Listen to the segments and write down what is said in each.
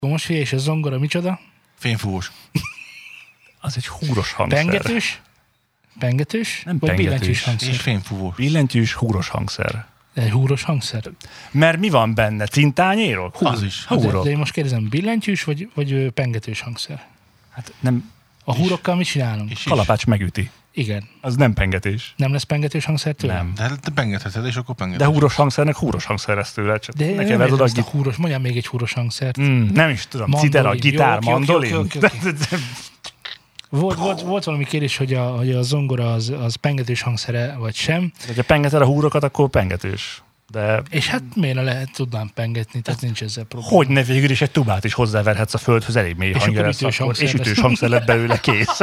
Most figyelj, és a zongora micsoda? Fényfúvós. Az egy húros hangszer. Pengetős? Nem vagy pengetős. billentyűs hangszer? És fényfúvós. Billentyűs, húros hangszer. Egy húros hangszer? Mert mi van benne? Cintányérok? Az is. Húrok. De én most kérdezem, billentyűs vagy pengetős hangszer? Hát nem, A húrokkal mit csinálunk? És kalapács megüti. Igen. Az nem pengetés. Nem lesz pengetős hangszer tőle? Nem. De te pengetheted, és akkor De pengetheted. húros hangszernek húros hangszer lesz tőle. Csak De ne nem keverd értem oda ezt a húros, mondjam még egy húros hangszert. Nem is tudom. Mandolin. Citera, gitár, Jó, mandolin. Volt valami kérdés, hogy a zongora az pengetős hangszere, vagy sem. Ha pengeted a húrokat, akkor pengetős. De És hát miért ne lehet tudnám pengetni, tehát nincs ezzel probléma. hogy ne végül is egy tubát is hozzáverhetsz a földhöz, elég mély És hangja akkor lesz ütős akkor, hangszer és lesz. ütős hangszer lett belőle, kész.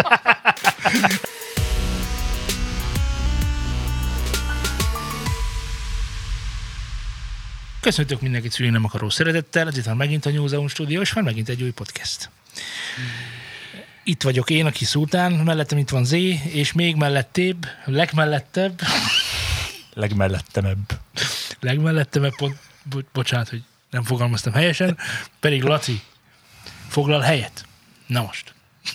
Köszöntök mindenkit szülni nem akaró szeretettel, ez itt van megint a New Zealand Studio, és van megint egy új podcast. Itt vagyok én, aki Szultán, mellettem itt van Z, és még mellettébb, legmellettebb, legmellettebb, bocsánat, hogy nem fogalmaztam helyesen, pedig Laci foglal helyet. Na most.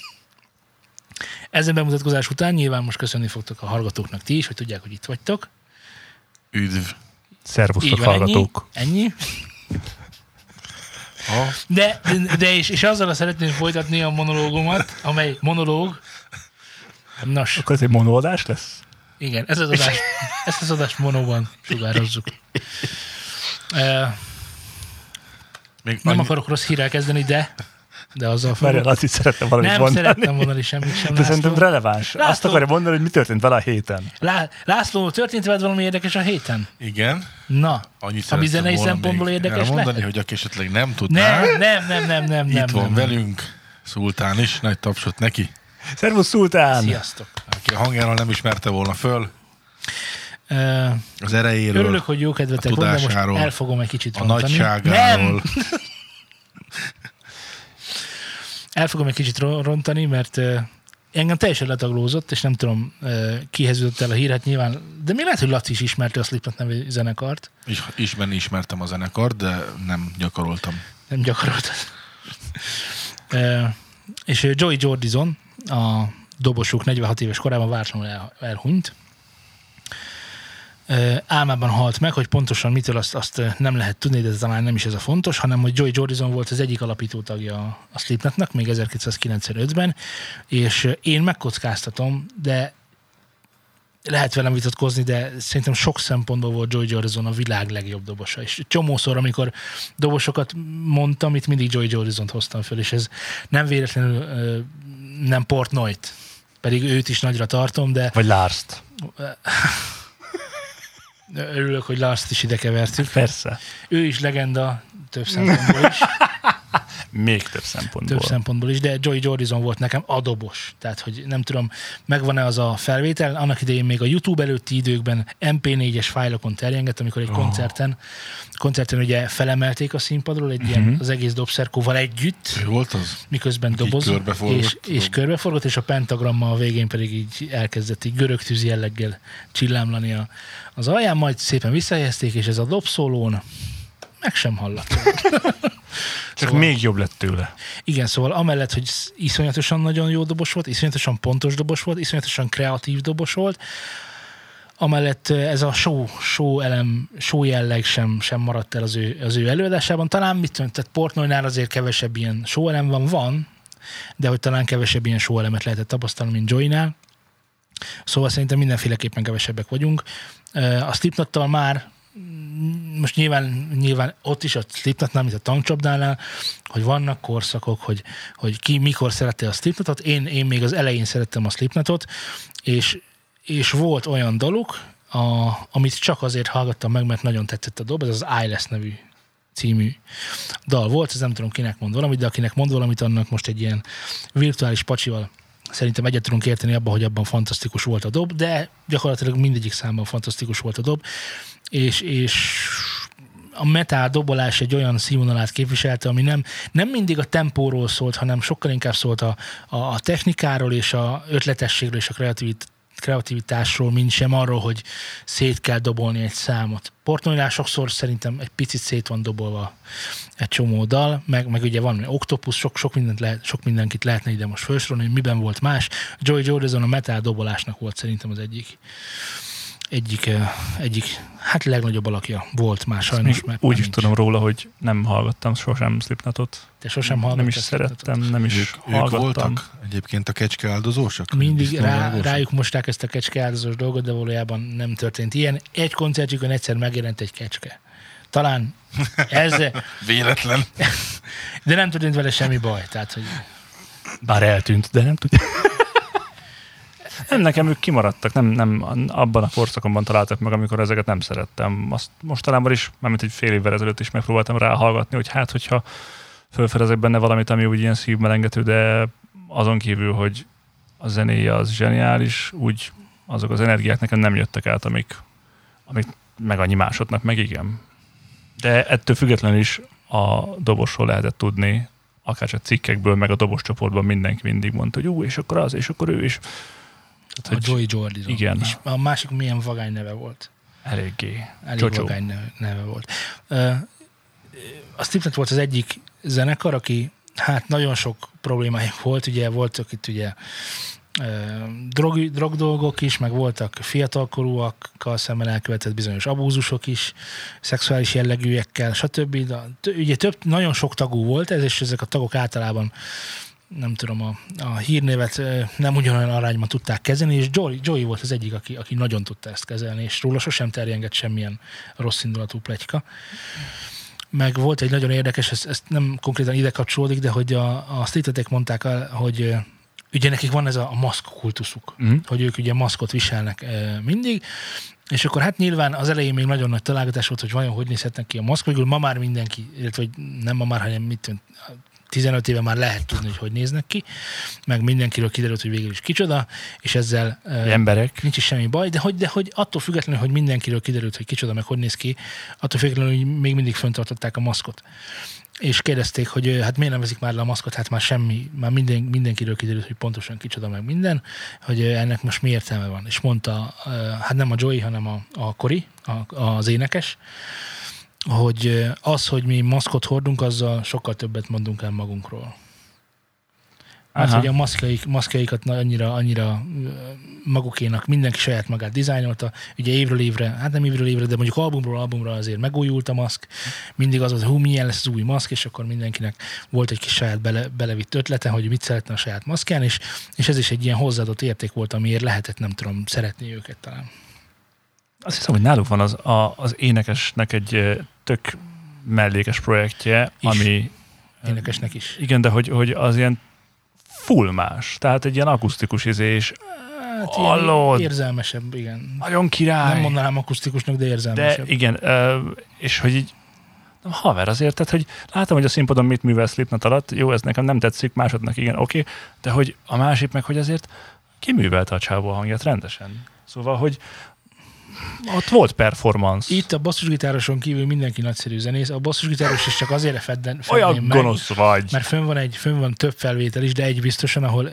Ezen bemutatkozás után nyilván most köszönni fogtok a hallgatóknak ti is, hogy tudják, hogy itt vagytok. Üdv. Szervusztok, Így van, hallgatók. Ennyi. De és azzal szeretném folytatni a monológomat, amely monológ. Nos, Akkor ez egy monóadás lesz? igen, ezt az adást monóban sugározzuk. Még Nem akarok rossz hírrel kezdeni, de azzal Mert fogok. Laci szeretne valamit Nem mondani. szerettem mondani semmit sem. De szerintem releváns. Azt László. akarja mondani, hogy mi történt vele a héten. László, történt veled valami érdekes a héten? Igen. Na, Annyit ami szerettem zenei volna szempontból még érdekes elmondani, lehet? hogy aki esetleg nem tudná, Nem. itt van velünk Szultán is, nagy tapsot neki, Szervusz, Szultán! Sziasztok. aki a hangjáról nem ismerte volna föl, az erejéről, Örülök, hogy jó kedvetek a van, de most tudásáról, el fogom egy kicsit a rontani. nagyságáról. Nem! El fogom egy kicsit rontani, mert engem teljesen letaglózott, és nem tudom, kihez jutott el a hír, hát nyilván, de még lehet, hogy Laci is ismerte a Slipknot nevű zenekart. Ismertem a zenekart, de nem gyakoroltam. Nem gyakoroltad. És Joey Jordison, a dobosuk 46 éves korában váratlanul elhunyt. Álmában halt meg, hogy pontosan mitől azt nem lehet tudni, de talán nem is ez a fontos, hanem hogy Joey Jordison volt az egyik alapító tagja a Slipknotnak, még 1995-ben, és én megkockáztatom, de lehet velem vitatkozni, de szerintem sok szempontból volt Joey Jordison a világ legjobb dobosa. És csomószor, amikor dobosokat mondtam, itt mindig Joey Jordisont hoztam föl, és ez nem véletlenül nem Portnoyt, pedig őt is nagyra tartom, de Vagy Lárst. örülök, hogy Lars-t is ide kevertük. Persze. Ő is legenda több szempontból is. Még több szempontból. Több szempontból is, de Joey Jordison volt nekem a dobos. Tehát, hogy nem tudom, megvan-e az a felvétel. Annak idején még a YouTube előtti időkben MP4-es fájlokon terjengett, amikor egy koncerten ugye felemelték a színpadról egy ilyen az egész dobszerkóval együtt, Ő volt az? miközben doboz, és körbeforgott, és a pentagramma a végén pedig így elkezdett így görög tűz jelleggel csillámlani az alján, majd szépen visszahelyezték, és ez a dobszólón meg sem hallatszott. Csak még jobb lett tőle. Igen, szóval amellett, hogy iszonyatosan nagyon jó dobos volt, iszonyatosan pontos dobos volt, iszonyatosan kreatív dobos volt, amellett ez a show jelleg sem maradt el az ő előadásában. Talán mit tudom, tehát Portnoynál azért kevesebb ilyen show elem van, de hogy talán kevesebb ilyen show elemet lehetett tapasztalni, mint Joey-nál. Szóval szerintem mindenféleképpen kevesebbek vagyunk. A Slipknottal már most nyilván ott is a Slipknotnál, mint a tankcsapdánál, hogy vannak korszakok, hogy ki mikor szerette a Slipknotot. Én még az elején szerettem a Slipknotot, és volt olyan daluk, amit csak azért hallgattam meg, mert nagyon tetszett a dob, ez az Eyeless nevű című dal volt, ez nem tudom kinek mond valamit, de akinek mond valamit, annak most egy ilyen virtuális pacsival szerintem egyet tudunk érteni abban, hogy abban fantasztikus volt a dob, de gyakorlatilag mindegyik számban fantasztikus volt a dob, és a metal dobolás egy olyan színvonalát képviselte, ami nem mindig a tempóról szólt, hanem sokkal inkább szólt a technikáról és a ötletességről és a kreativitásról, mint sem arról, hogy szét kell dobolni egy számot. Portnoynál sokszor szerintem egy picit szét van dobolva egy csomó dal, meg ugye van Octopus, sok mindenkit lehetne ide most felsorolni, hogy miben volt más. Joey Jordison a metal dobolásnak volt szerintem az egyik hát legnagyobb alakja volt már sajnos. Úgy is tudom róla, hogy nem hallgattam sosem Slipknotot. Te sosem hallgattad? Nem is szerettem, nem is hallgattam. Ők voltak egyébként a kecske áldozósok? Mindig rájuk mosták ezt a kecske áldozós dolgot, de valójában nem történt ilyen. Egy koncertjükön egyszer megjelent egy kecske. Talán ezzel... Véletlen. De nem történt vele semmi baj. Tehát, hogy... Bár eltűnt, de nem tudja. Nem, nekem ők kimaradtak, nem abban a korszakomban találtak meg, amikor ezeket nem szerettem. Azt mostanában is, mármint egy fél évvel ezelőtt is megpróbáltam ráhallgatni, hogy hát, hogyha fölfedezek benne valamit, ami úgy ilyen szívmelengető, de azon kívül, hogy a zenéje az zseniális, úgy azok az energiák nekem nem jöttek át, amik meg annyi másodnak, meg igen. De ettől függetlenül is a dobosról lehetett tudni, akárcsak cikkekből, meg a dobos csoportban mindenki mindig mondta, hogy és akkor az, és akkor ő is. Tehát, a Joey Jordison. Igen. És a másik milyen vagány neve volt. Elég vagány neve volt. A Slipknot volt az egyik zenekar, aki hát nagyon sok problémájuk volt. Ugye voltak itt ugye drog dolgok is, meg voltak fiatalkorúakkal szemben elkövetett bizonyos abúzusok is, szexuális jellegűekkel, stb. Ugye nagyon sok tagú volt ez, és ezek a tagok általában nem tudom, a hírnévet nem ugyanolyan arányban tudták kezelni, és Joey volt az egyik, aki nagyon tudta ezt kezelni, és róla sosem terjengett semmilyen rossz indulatú pletyka. Meg volt egy nagyon érdekes, ezt nem konkrétan ide kapcsolódik, de hogy a Slipknotek mondták, hogy ugye nekik van ez a maszk kultuszuk, hogy ők ugye maszkot viselnek mindig, és akkor hát nyilván az elején még nagyon nagy találgatás volt, hogy vajon hogy nézhetnek ki a maszk, végül ma már mindenki, illetve nem ma már, hanem 15 éve már lehet tudni, hogy néznek ki, meg mindenkiről kiderült, hogy végül is kicsoda, és ezzel emberek. Nincs is semmi baj, de hogy attól függetlenül, hogy mindenkiről kiderült, hogy kicsoda, meg hogy néz ki, attól függetlenül, hogy még mindig fenntartották a maszkot. És kérdezték, hogy hát miért nevezik már le a maszkot, hát már mindenkiről kiderült, hogy pontosan kicsoda, meg minden, hogy ennek most mi értelme van. És mondta, hát nem a Joey, hanem a Cory, az énekes, hogy az, hogy mi maszkot hordunk, azzal sokkal többet mondunk el magunkról. Hát, hogy a maszkjaikat annyira magukénak mindenki saját magát dizájnolta. Ugye évről évre, hát nem évről évre, de mondjuk albumra azért megújult a maszk. Mindig az hogy milyen lesz az új maszk, és akkor mindenkinek volt egy kis saját belevitt ötlete, hogy mit szeretne a saját maszkján, és ez is egy ilyen hozzáadott érték volt, amiért lehetett, nem tudom, szeretni őket talán. Azt hiszem, hogy náluk van az énekesnek egy tök mellékes projektje, ami... Énekesnek is. Igen, de hogy az ilyen full más. Tehát egy ilyen akusztikus és hallod. Érzelmesebb, igen. Nagyon király. Nem mondanám akusztikusnak, de érzelmesebb. De igen, és hogy így haver azért, tehát hogy látom, hogy a színpadon mit művel Slipknot alatt, jó, ez nekem nem tetszik, másodnak igen, oké, de hogy a másik meg, hogy azért kiművelte a csávó a hangját rendesen. Szóval, hogy ott volt performance. Itt a basszusgitároson kívül mindenki nagyszerű zenész. A basszusgitáros is csak azért fedném olyan meg, gonosz vagy. Mert fönn van több felvétel is, de egy biztosan, ahol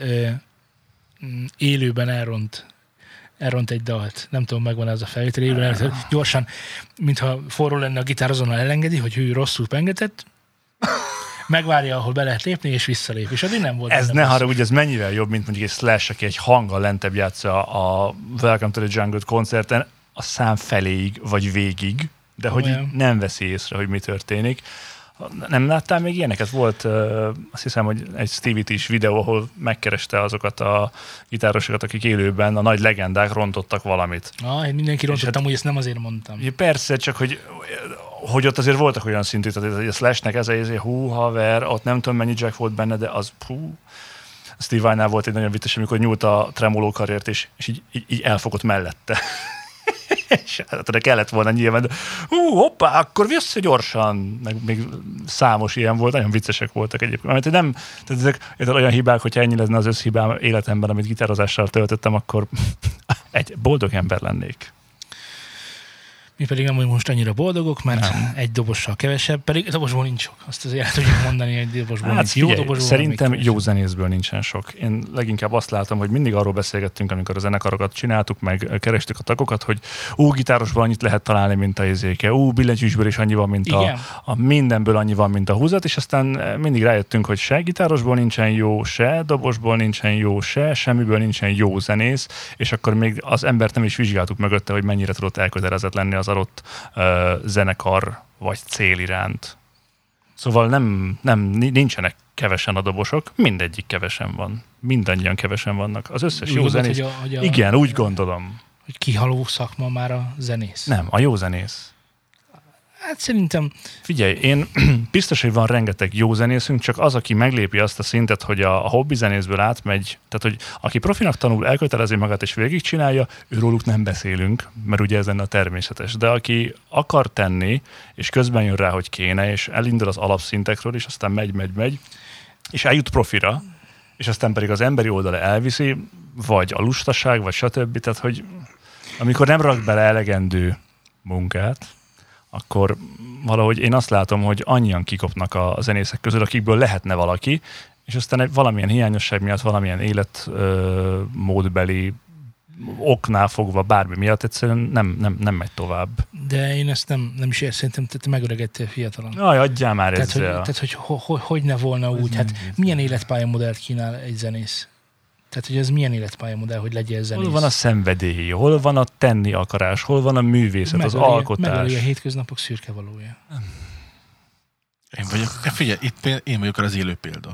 élőben elront egy dalt. Nem tudom, megvan ez a felvétel. Élőben gyorsan, mintha forró lenne a gitár, azonnal elengedi, hogy ő rosszul pengetett, megvárja, ahol be lehet lépni, és visszalép. És addig nem volt. Ez ne haragudj, ez mennyivel jobb, mint mondjuk egy Slash, aki egy hanggal lentebb játsza a Welcome to the Jungle koncerten, a szám feléig, vagy végig, de hogy nem veszi észre, hogy mi történik. Nem láttál még ilyeneket? Volt, azt hiszem, hogy egy Stevie is videó, ahol megkereste azokat a gitárosokat, akik élőben, a nagy legendák rontottak valamit. Én mindenki rontott, amúgy ezt nem azért mondtam. Persze, csak hogy ott azért voltak olyan szintű, tehát a Slashnek ez hú, haver, ott nem tudom mennyi jack volt benne, de az hú. Steve Vai-nál volt egy nagyon vicces, amikor nyúlt a tremoló karért, és így elfogott mellette. És hát kellett volna nyilván, de hoppá, akkor vissza gyorsan. Meg még számos ilyen volt, nagyon viccesek voltak egyébként. Tehát ezek olyan hibák, hogyha ennyi lenne az összhibám életemben, amit gitározással töltöttem, akkor egy boldog ember lennék. Mi pedig nem vagyunk most annyira boldogok, mert egy dobossal kevesebb, pedig dobosból nincs sok. Azt azért el tudjuk mondani, hogy dobosból nincs. Jó dobosból szerintem jó zenészből nincsen sok. Én leginkább azt látom, hogy mindig arról beszélgettünk, amikor a zenekarokat csináltuk, meg kerestük a tagokat, hogy gitárosból annyit lehet találni, mint a izéke, billentyűsből is annyi van, mint a mindenből annyi van, mint a húzat, és aztán mindig rájöttünk, hogy se gitárosból nincsen jó, se dobosból nincsen jó, se semmiből nincsen jó zenész, és akkor még az embert nem is vizsgáltuk mögötte, hogy mennyire tudott elkötelezett lenni az adott zenekar vagy cél iránt. Szóval nincsenek kevesen a dobosok, mindegyik kevesen van. Mindannyian kevesen vannak. Az összes jó zenész. Igen, úgy gondolom. Hogy kihaló szakma már a zenész. Nem, a jó zenész. Hát szerintem... Figyelj, én biztos, hogy van rengeteg jó zenészünk, csak az, aki meglépi azt a szintet, hogy a hobbi zenészből átmegy, tehát, hogy aki profinak tanul, elkötelezi magát és végigcsinálja, őróluk nem beszélünk, mert ugye ez lenne a természetes. De aki akar tenni, és közben jön rá, hogy kéne, és elindul az alapszintekről, és aztán megy, és eljut profira, és aztán pedig az emberi oldala elviszi, vagy a lustaság, vagy stb. Tehát, hogy amikor nem rak bele elegendő munkát, akkor valahogy én azt látom, hogy annyian kikopnak a zenészek közül, akikből lehetne valaki, és aztán valamilyen hiányosság miatt, valamilyen életmódbeli oknál fogva, bármi miatt egyszerűen nem megy tovább. De én ezt nem is értem, szerintem te megöregedtél fiatalon. Jaj, adjál már ezzel. Tehát, hogy ne volna úgy, hát milyen életpályamodellt kínál egy zenész? Tehát, hogy ez milyen életpályamodell, hogy legyél zenész? Hol van a szenvedély, hol van a tenni akarás, hol van a művészet, az alkotás? Megöli a hétköznapok szürke valója. Én vagyok, figyelj, itt én vagyok az élő példa.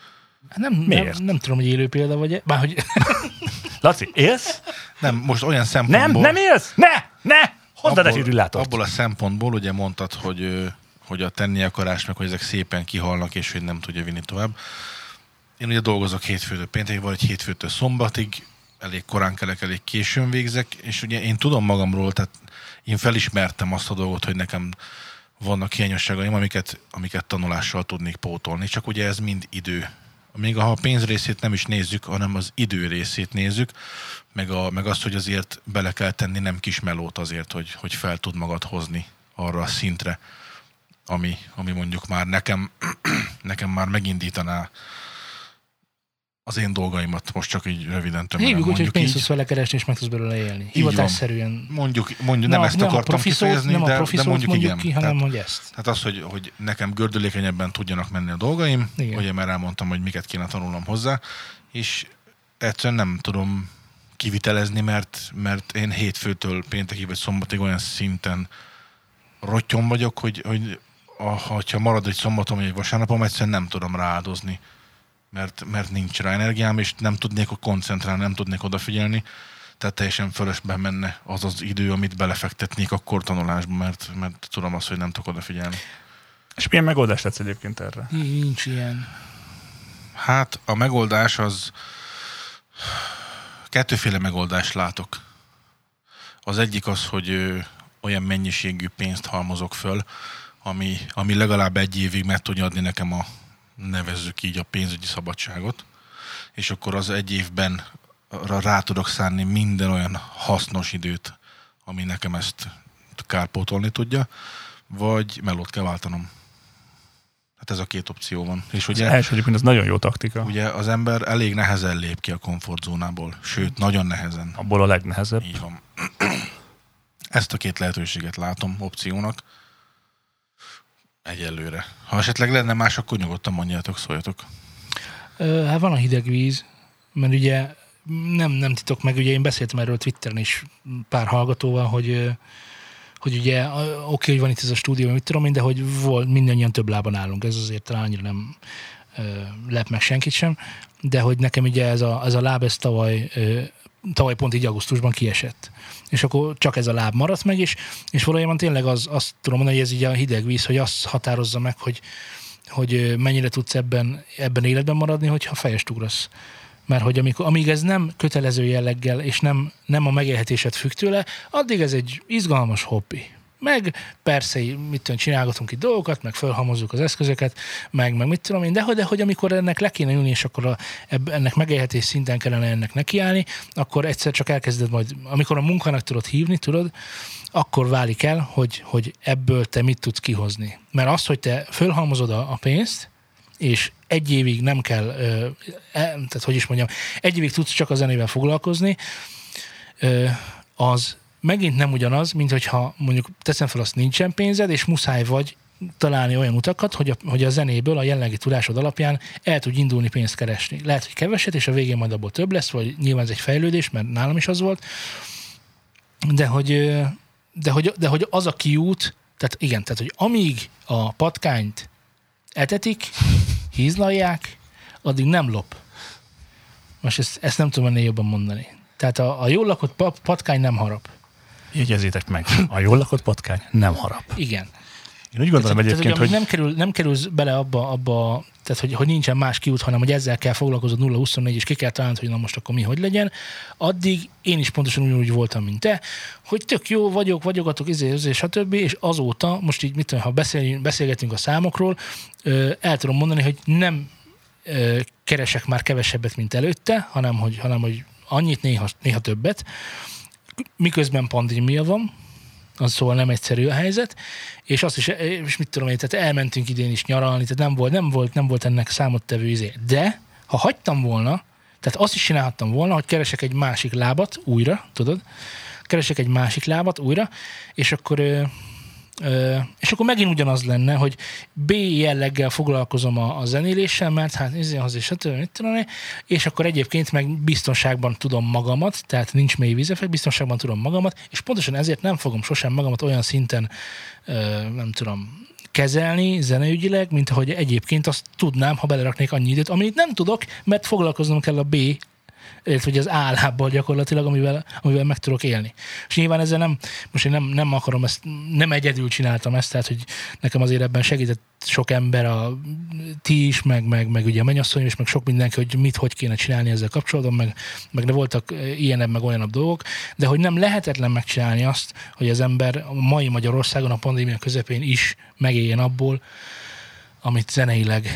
Nem tudom, hogy élő példa vagy. Bárhogy... Laci, élsz? Nem, most olyan szempontból... Nem élsz? Ne! Hozd a defibrillátort. Abból a szempontból ugye mondtad, hogy a tenni akarás, meg hogy ezek szépen kihalnak, és hogy nem tudja vinni tovább. Én ugye dolgozok hétfőtől péntekig, vagy hétfőtől szombatig, elég korán kelek, elég későn végzek, és ugye én tudom magamról, tehát én felismertem azt a dolgot, hogy nekem vannak hiányosságaim, amiket tanulással tudnék pótolni, csak ugye ez mind idő. Még ha a pénz részét nem is nézzük, hanem az idő részét nézzük, meg azt, hogy azért bele kell tenni nem kis melót azért, hogy fel tud magad hozni arra a szintre, ami mondjuk már nekem már megindítaná az én dolgaimat, most csak így röviden tömören. Hívjuk úgy, hogy pénzt tudsz vele keresni, és meg tudsz belőle élni. Hivatásszerűen. Mondjuk nem ezt akartam kifejezni, de mondjuk igen. Ki, hanem hogy ezt. Tehát az, hogy nekem gördülékenyebben tudjanak menni a dolgaim, igen. Ugye már elmondtam, hogy miket kéne tanulnom hozzá, és egyszerűen nem tudom kivitelezni, mert én hétfőtől péntekig vagy szombatig olyan szinten rottyom vagyok, hogy ha marad egy szombatom vagy egy vasárnapom, egyszerűen nem tudom rááldozni. Mert nincs rá energiám, és nem tudnék koncentrálni, nem tudnék odafigyelni, tehát teljesen fölösbe menne az az idő, amit belefektetnék akkor tanulásba, mert tudom azt, hogy nem tudok odafigyelni. És milyen megoldás lesz egyébként erre? Nincs ilyen. Hát a megoldás az... Kettőféle megoldást látok. Az egyik az, hogy olyan mennyiségű pénzt halmozok föl, ami legalább egy évig meg tudja adni nekem nevezzük így a pénzügyi szabadságot, és akkor az egy évben rá tudok szánni minden olyan hasznos időt, ami nekem ezt kárpótolni tudja, vagy melót kell váltanom. Hát ez a két opció van. És ugye, első egyébként ez nagyon jó taktika. Ugye az ember elég nehezen lép ki a komfortzónából, sőt, nagyon nehezen. Abból a legnehezebb. Így van. Ezt a két lehetőséget látom opciónak. Egyelőre. Ha esetleg lenne más, akkor nyugodtan mondjátok, szóljatok. Hát van a hideg víz, mert ugye nem titok meg, ugye én beszéltem erről Twitteren is pár hallgatóval, hogy ugye oké, hogy van itt ez a stúdió, mit tudom én, de hogy mindannyian több lábon állunk, ez azért talán annyira nem lep meg senkit sem, de hogy nekem ugye ez a láb, ez tavaly pont így augusztusban kiesett. És akkor csak ez a láb maradt meg, és valójában tényleg azt tudom mondani, hogy ez így a hideg víz, hogy azt határozza meg, hogy mennyire tudsz ebben életben maradni, hogyha fejest ugrasz. Mert hogy amíg ez nem kötelező jelleggel, és nem a megélhetésed függ tőle, addig ez egy izgalmas hobbi. meg persze, mit tudom, csinálgatunk itt dolgokat, meg fölhalmozzuk az eszközöket, meg mit tudom én, de hogy amikor ennek le kéne ülni, és akkor ennek megélhetés szinten kellene ennek nekiállni, akkor egyszer csak elkezded majd, amikor a munkának tudod hívni, akkor válik el, hogy ebből te mit tudsz kihozni. Mert az, hogy te fölhalmozod a pénzt, és egy évig nem kell, tehát hogy is mondjam, egy évig tudsz csak a zenével foglalkozni, az megint nem ugyanaz, mint hogyha mondjuk teszem fel, azt nincsen pénzed, és muszáj vagy találni olyan utakat, hogy a zenéből a jelenlegi tudásod alapján el tudj indulni pénzt keresni. Lehet, hogy keveset, és a végén majd abból több lesz, vagy nyilván ez egy fejlődés, mert nálam is az volt, de hogy az a kiút, tehát hogy amíg a patkányt etetik, hízlalják, addig nem lop. Most ezt nem tudom ennél jobban mondani. Tehát a jól lakott patkány nem harap. Jegyezzétek meg, a jól lakott patkány nem harap. Igen. Én úgy gondolom egyébként, hogy... Nem kerülsz bele abba tehát hogy nincsen más kiút, hanem hogy ezzel kell foglalkozod 0-24, és ki kell találnod, hogy na most akkor mi, hogy legyen. Addig én is pontosan úgy voltam, mint te, hogy tök jó, vagyogatok, stb. És azóta, most így mit tudom, ha beszélgetünk a számokról, el tudom mondani, hogy nem keresek már kevesebbet, mint előtte, hanem hogy annyit, néha többet, miközben pandémia van, az szóval nem egyszerű a helyzet, és azt is, és mit tudom én, tehát elmentünk idén is nyaralni, tehát nem volt ennek számottevő izé. De, ha hagytam volna, tehát azt is csinálhattam volna, hogy keresek egy másik lábat újra, tudod? Keresek egy másik lábat újra, és akkor megint ugyanaz lenne, hogy B jelleggel foglalkozom a zenéléssel, mert hát izéhoz és és akkor egyébként meg biztonságban tudom magamat, tehát nincs mély vízefekt, biztonságban tudom magamat, és pontosan ezért nem fogom sosem magamat olyan szinten, nem tudom, kezelni zeneügyileg, mint ahogy egyébként azt tudnám, ha beleraknék annyi időt, amit nem tudok, mert foglalkoznom kell a B, illetve az A lábbal gyakorlatilag, amivel meg tudok élni. És nyilván ezzel most én nem akarom ezt, nem egyedül csináltam ezt, tehát hogy nekem azért ebben segített sok ember, ti is, meg ugye a mennyasszonyom is, meg sok mindenki, hogy hogy kéne csinálni ezzel kapcsolatban, meg de voltak ilyenebb, meg olyanabb dolgok, de hogy nem lehetetlen megcsinálni azt, hogy az ember a mai Magyarországon a pandémia közepén is megéljen abból, amit zeneileg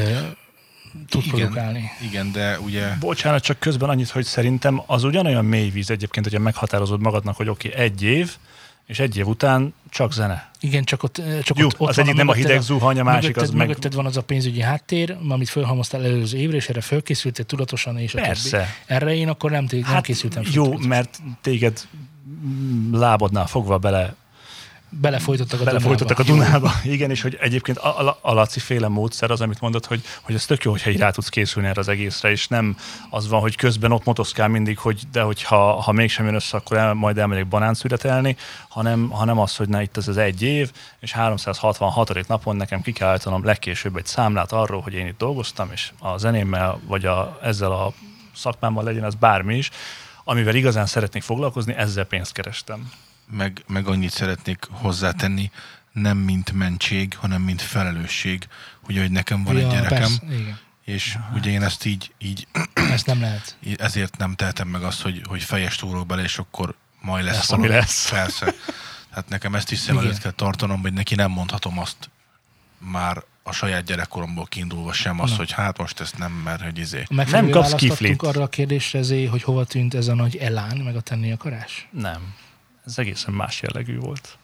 tud produkálni. Igen, de ugye... Bocsánat, csak közben annyit, hogy szerintem az ugyanolyan mély víz egyébként, hogyha meghatározod magadnak, hogy oké, 1 év, és 1 év után csak zene. Igen, csak ott az egyik nem a hideg zuhany, a másik az meg... Mögötted van az a pénzügyi háttér, amit fölhalmoztál előző évre, és erre fölkészültél tudatosan, és persze. A többi. Erre én akkor nem készültem. Jó, mert téged lábadnál fogva belefolytottak a Dunába. Igen, és hogy egyébként a Laci féle módszer az, amit mondod, hogy ez tök jó, hogyha így rá tudsz készülni erre az egészre, és nem az van, hogy közben ott motoszkál mindig, de hogyha mégsem jön össze, akkor majd elmegyek banánszületelni, hanem az, hogy itt ez az 1 év, és 366. napon nekem ki kell állítanom legkésőbb egy számlát arról, hogy én itt dolgoztam, és a zenémmel, vagy ezzel a szakmámmal legyen az bármi is, amivel igazán szeretnék foglalkozni, ezzel pénzt kerestem. Meg annyit szeretnék hozzátenni, nem mint mentség, hanem mint felelősség, ugye, hogy nekem van egy gyerekem, persze, és ugye én ezt így ezt nem lehet. Ezért nem tehetem meg azt, hogy fejes túrok bele, és akkor majd lesz ami lesz. Persze. Hát nekem ezt is szem előtt kell tartanom, hogy neki nem mondhatom azt már a saját gyerekkoromból kiindulva sem azt, hogy hát most ezt nem, mert hogy Nem kapsz kiflit. Arra a kérdésre, hogy hova tűnt ez a nagy elán, meg a tenni akarás? Nem. Ez egészen más jellegű volt.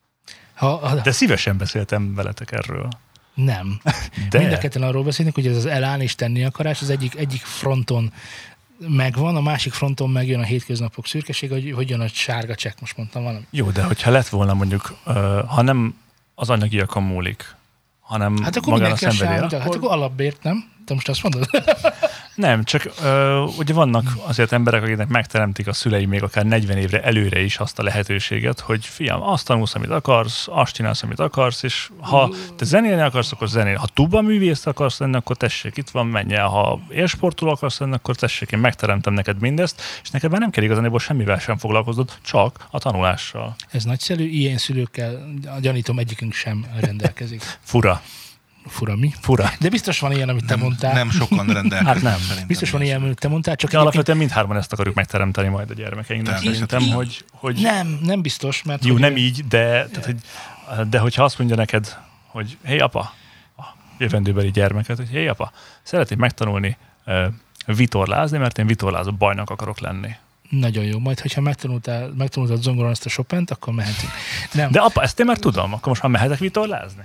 De De szívesen beszéltem veletek erről. Nem. De... Mind a ketten arról beszélünk, hogy ez az elán és tenni akarás, az egyik fronton megvan, a másik fronton megjön a hétköznapok szürkeség, hogy jön a sárga csekk, most mondtam valami. Jó, de hogyha lett volna mondjuk, ha nem az anyagiakon múlik, hanem magán a szenvedélyen. Hát akkor alapbért, nem? Te most azt mondod? Nem, csak ugye vannak azért emberek, akiknek megteremtik a szülei még akár 40 évre előre is azt a lehetőséget, hogy fiam, azt tanulsz, amit akarsz, azt csinálsz, amit akarsz, és ha te zenélni akarsz, akkor zenélni. Ha tuba művész akarsz lenni, akkor tessék, itt van, menj el. Ha élsportoló akarsz lenni, akkor tessék, én megteremtem neked mindezt, és neked már nem kell igazából semmivel sem foglalkoznod, csak a tanulással. Ez nagyszerű, ilyen szülőkkel, gyanítom, egyikünk sem rendelkezik. Fura. Fura mi? Fura. De biztos van ilyen, amit te mondtál. Nem sokan rendelkeznek. Hát nem. szerintem. Biztos van ilyen, amit te mondtál, csak Alapvetően mindhárman ezt akarjuk megteremteni majd a gyermekeinknek. Szerintem, hogy nem biztos, mert... jó, hogy- nem így, de hogyha azt mondja neked, hogy hé apa, a jövendőbeli gyermeket, hogy hé apa, szeretném megtanulni vitorlázni, mert én vitorlázó bajnok akarok lenni. Nagyon jó. Majd, hogyha megtanultad zongoron azt a Chopint, akkor mehetünk. Nem. De apa, ezt én már tudom, akkor most már mehetek vitorlázni?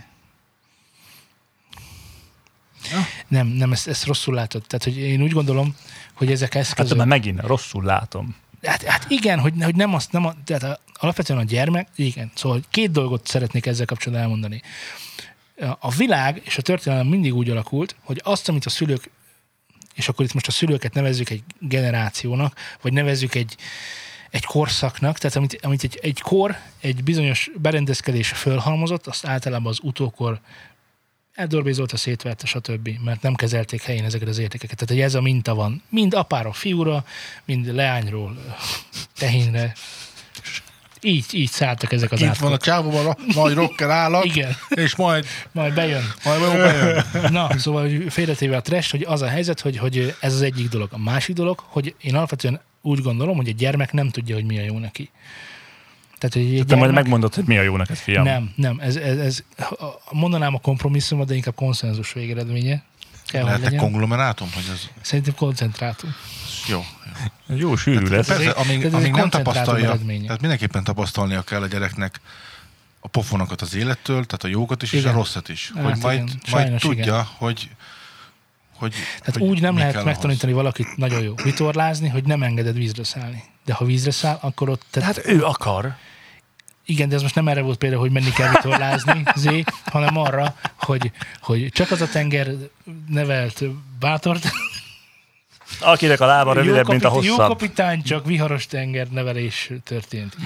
Nem, ezt rosszul látod. Tehát, hogy én úgy gondolom, hogy ezek Hát eszközök... már megint rosszul látom. Hát igen, hogy nem azt, tehát alapvetően a gyermek, igen, szóval két dolgot szeretnék ezzel kapcsolatban elmondani. A világ és a történelem mindig úgy alakult, hogy azt, amit a szülők, és akkor itt most a szülőket nevezzük egy generációnak, vagy nevezzük egy korszaknak, tehát amit egy kor, egy bizonyos berendezkedésre fölhalmozott, azt általában az utókor eldorbézolta, szétverte, stb. Mert nem kezelték helyén ezeket az értékeket. Tehát, hogy ez a minta van. Mind apáról fiúra, mind leányról tehénre. Így szálltak ezek az Itt van a csávóban a nagy rocker állat, Igen. és majd bejön. bejön. Na, szóval hogy félretéve a trash, hogy az a helyzet, hogy ez az egyik dolog. A másik dolog, hogy én alapvetően úgy gondolom, hogy a gyermek nem tudja, hogy mi a jó neki. Tehát, hogy Te majd megmondod, hogy mi a jó neked, fiam. Nem. Ez mondanám a kompromisszumot, de inkább konszenzus végeredménye. Lehetnek konglomerátum, hogy az... Szerintem koncentrátum. Jó. Jó, sűrű lesz. Persze, amíg nem koncentrátum tapasztalja, eredménye. tehát mindenképpen tapasztalnia kell a gyereknek a pofonokat az élettől, tehát a jókat is, és Igen. a rosszat is. Hát Hogy igen. majd Sajnos tudja, igen. hogy Tehát hogy úgy nem mi lehet kell megtanítani valakit nagyon jó vitorlázni, hogy nem engeded vízre szállni. De ha vízre száll, akkor ott... Tehát, Hát ő akar. igen, de ez most nem erre volt például, hogy menni kell vitorlázni, hanem arra, hogy csak az a tenger nevelt bátort. Akinek a lába rövidebb, mint a Jó hosszabb. kapitány, csak viharos tenger nevelés történt.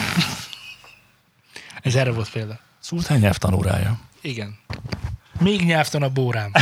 Ez erre volt példa. Szultán nyelvtanórája. Igen. Még nyelvtan a bórám.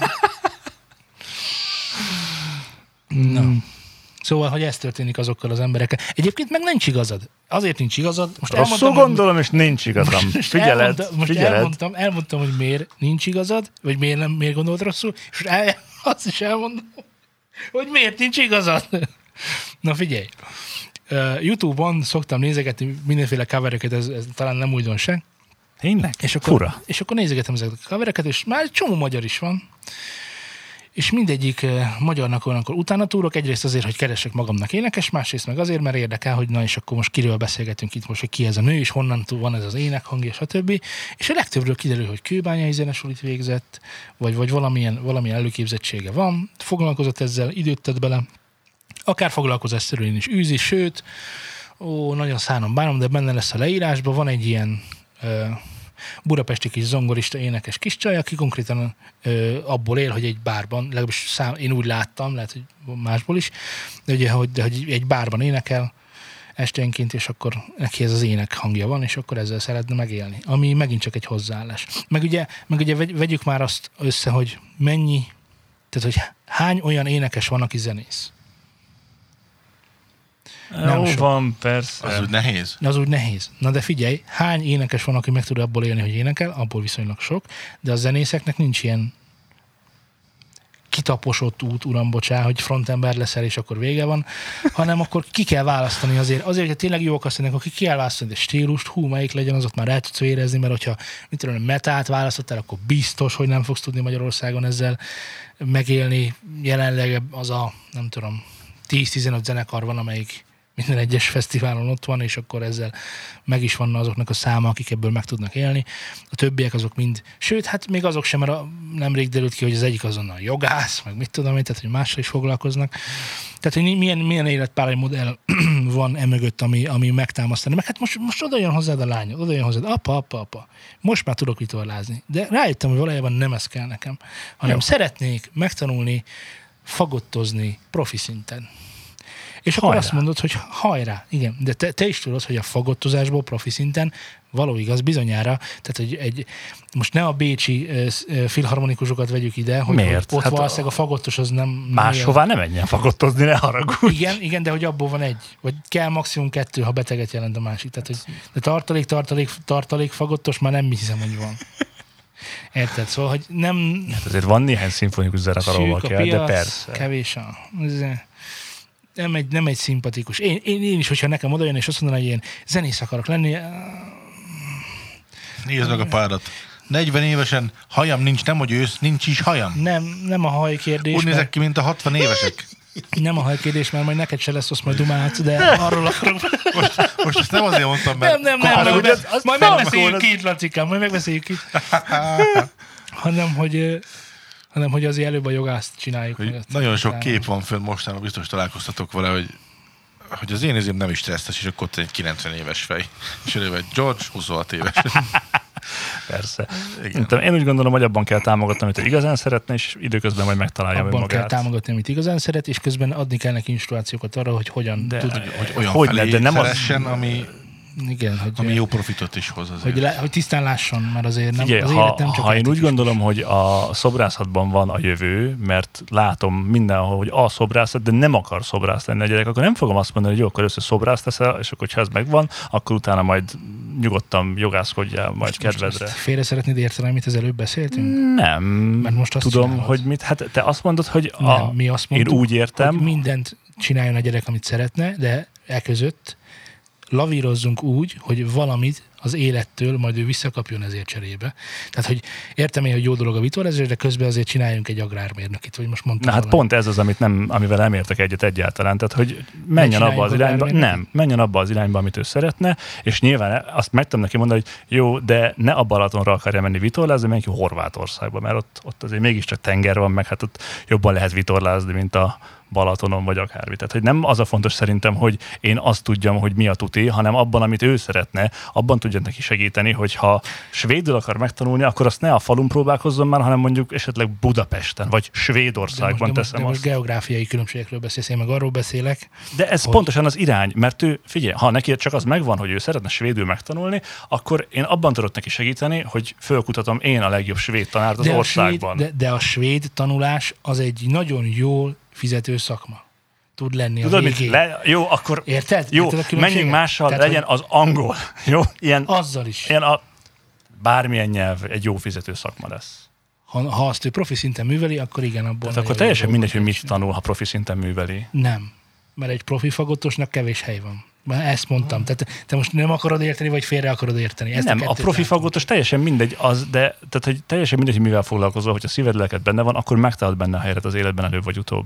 Na. Szóval, hogy ez történik azokkal az emberekkel. Egyébként meg nincs igazad. Azért nincs igazad. Most Rosszul gondolom, és nincs igazam. Figyeled. Elmondtam, hogy miért nincs igazad, vagy miért gondolod rosszul, és azt is elmondom, hogy miért nincs igazad. Na figyelj. YouTube-on szoktam nézegetni mindenféle covereket, ez talán nem újdonság. Tényleg? Fura. És akkor nézegetem ezeket a covereket, és már egy csomó magyar is van. És mindegyik magyarnak olyankor utána túrok, egyrészt azért, hogy keresek magamnak énekes, másrészt meg azért, mert érdekel, hogy na és akkor most kiről beszélgetünk itt most, hogy ki ez a nő, és honnan van ez az énekhangja, stb. És a legtöbbről kiderül, hogy kőbányai zenesulit végzett, vagy valamilyen előképzettsége van, foglalkozott ezzel, időt tett bele, akár foglalkozásszerűen is űzi, sőt, nagyon szánom bánom, de benne lesz a leírásban, van egy ilyen budapesti kis zongorista énekes kis csaj, aki konkrétan abból él, hogy egy bárban, legalábbis én úgy láttam, lehet, hogy másból is, de ugye, hogy egy bárban énekel esténként, és akkor neki ez az ének hangja van, és akkor ezzel szeretne megélni. Ami megint csak egy hozzáállás. Meg ugye vegyük már azt össze, hogy tehát hogy hány olyan énekes van, aki zenész. Jó van, persze. Az úgy nehéz. Az úgy nehéz. Na de figyelj, hány énekes van, aki meg tud abból élni, hogy énekel, abból viszonylag sok, de a zenészeknek nincs ilyen kitaposott út, uram, bocsá, hogy frontember leszel, és akkor vége van, hanem akkor ki kell választani azért, hogyha tényleg jók azt mondják, akkor ki kell választani egy stílust, melyik legyen, az ott már el tudsz érezni, mert hogyha metált választottál, akkor biztos, hogy nem fogsz tudni Magyarországon ezzel megélni. Jelenleg az a, nem tudom, 10-15 zenekar van, amelyik minden egyes fesztiválon ott van, és akkor ezzel meg is vannak azoknak a száma, akik ebből meg tudnak élni. A többiek azok mind, sőt, hát még azok sem, mert nemrég derült ki, hogy az egyik azonnal jogász, meg mit tudom én, tehát hogy mással is foglalkoznak. Tehát, hogy milyen életpálya modell van emögött, ami megtámasztani. Meg hát most oda jön hozzád a lányod, oda jön hozzád, apa, most már tudok vitorlázni. De rájöttem, hogy valójában nem ez kell nekem, hanem szeretnék megtanulni fagottozni profi szinten. És akkor azt mondod, hogy hajrá, igen, de te is tudod, hogy a fagottozásból profi szinten való igaz bizonyára, tehát hogy most ne a bécsi filharmonikusokat vegyük ide, hogy miért? Ott hát valószínűleg a fagottos az nem... Máshová nem menjen fagottozni, ne haragudj. Igen, de hogy abból van egy, vagy kell maximum 2, ha beteget jelent a másik. Tehát, hogy de tartalék fagottos már nem hiszem, hogy van. Érted? Szóval, hogy nem... Hát azért van néhány szimfonikus zenekaróval Szűk a kell, piac, de persze. kevés a... Nem egy szimpatikus. Én is, hogyha nekem odajön, és azt mondaná, hogy én zenész akarok lenni... Nézd meg a párat. 40 évesen hajam nincs, nem hogy ősz, nincs is hajam. Nem a haj kérdés. Úgy nézek ki, mint a 60 évesek. Nem a haj kérdés, mert majd neked se lesz, azt majd dumálhatsz, de arról akarok... Most ezt nem azért mondtam, mert... Nem, majd megbeszéljük ki itt, Lacikám, majd megbeszéljük ki. hanem, hogy azért előbb a jogászt csináljuk. Nagyon sok kép van fönn mostanában, biztos találkoztatok vele, hogy az én izém nem is stresszes, és akkor ott egy 90 éves fej. És ő vagy George, 26 éves. Persze. Én úgy gondolom, hogy abban kell támogatni, amit ő igazán szeretne, és időközben majd megtalálja abban magát. Abban kell támogatni, amit igazán szeret, és közben adni kell neki instrukciókat arra, hogy hogyan tud. Hogy olyan hogy felé de szeressen, ami... Igen, ami jó profitot is hoz azért. Hogy tisztán lásson, mert azért nem, Figyelj, az élet nem csak... Ha én úgy gondolom, hogy a szobrászatban van a jövő, mert látom mindenhol, hogy a szobrászat, de nem akar szobrász lenni a gyerek, akkor nem fogom azt mondani, hogy jó, akkor össze szobrász teszel, és akkor, ha ez megvan, akkor utána majd nyugodtan jogászkodjál, majd kedvedre. Most félre szeretnéd érteni, amit az előbb beszéltünk? Nem. Mert most azt tudom, csinálod. hogy mit. Hát te azt mondod, hogy mi azt mondtuk, én úgy értem, hogy mindent csináljon a gyerek, amit szeretne, de eközött lavírozzunk úgy, hogy valamit az élettől majd ő visszakapjon ezért cserébe. Tehát, hogy értem én, hogy jó dolog a vitorlázás, de közben azért csináljunk egy agrármérnökit, vagy most mondtam. Na hát pont ez az, amivel nem értek egyet egyáltalán. Tehát, hogy menjen abba az irányba, menjen abba az irányba, amit ő szeretne, és nyilván azt meg tudom neki mondani, hogy jó, de ne a Balatonra akarja menni vitorlázni, menjünk ki Horvátországba, mert ott azért mégiscsak tenger van, meg hát ott jobban lehet vitorlázni, mint a Balatonon, vagy akármi. Tehát, hogy nem az a fontos szerintem, hogy én azt tudjam, hogy mi a tuti, hanem abban, amit ő szeretne, abban tudjak neki segíteni, hogy ha svédül akar megtanulni, akkor azt ne a falun próbálkozzon már, hanem mondjuk esetleg Budapesten, vagy Svédországban teszem de most azt. geográfiai különbségekről beszélsz, én meg arról beszélek. De ez pontosan az irány, mert ő, figyelj, ha neki csak az megvan, hogy ő szeretne svédül megtanulni, akkor én abban tudok neki segíteni, hogy fölkutatom én a legjobb svéd tanárt az országban. De a svéd tanulás az egy nagyon jól fizető szakma. Tud lenni tudod, a végén. Jó, akkor érted? Jó, menjünk mással, tehát, legyen az angol. Jó, ilyen, azzal is. Ilyen bármilyen nyelv egy jó fizető szakma lesz. Ha azt ő profi szinten műveli, akkor igen, abból... Tehát akkor teljesen mindegy, hogy mit tanul, ha profi szinten műveli. Nem, mert egy profi fagottosnak kevés hely van. Ezt mondtam. Tehát te most nem akarod érteni, vagy félre akarod érteni. Ezt nem, a profi fagottos teljesen mindegy, tehát, hogy teljesen mindegy, hogy mivel foglalkozol, hogyha szíved, lelked benne van, akkor megtalálod benne a helyet az életben előbb vagy utóbb.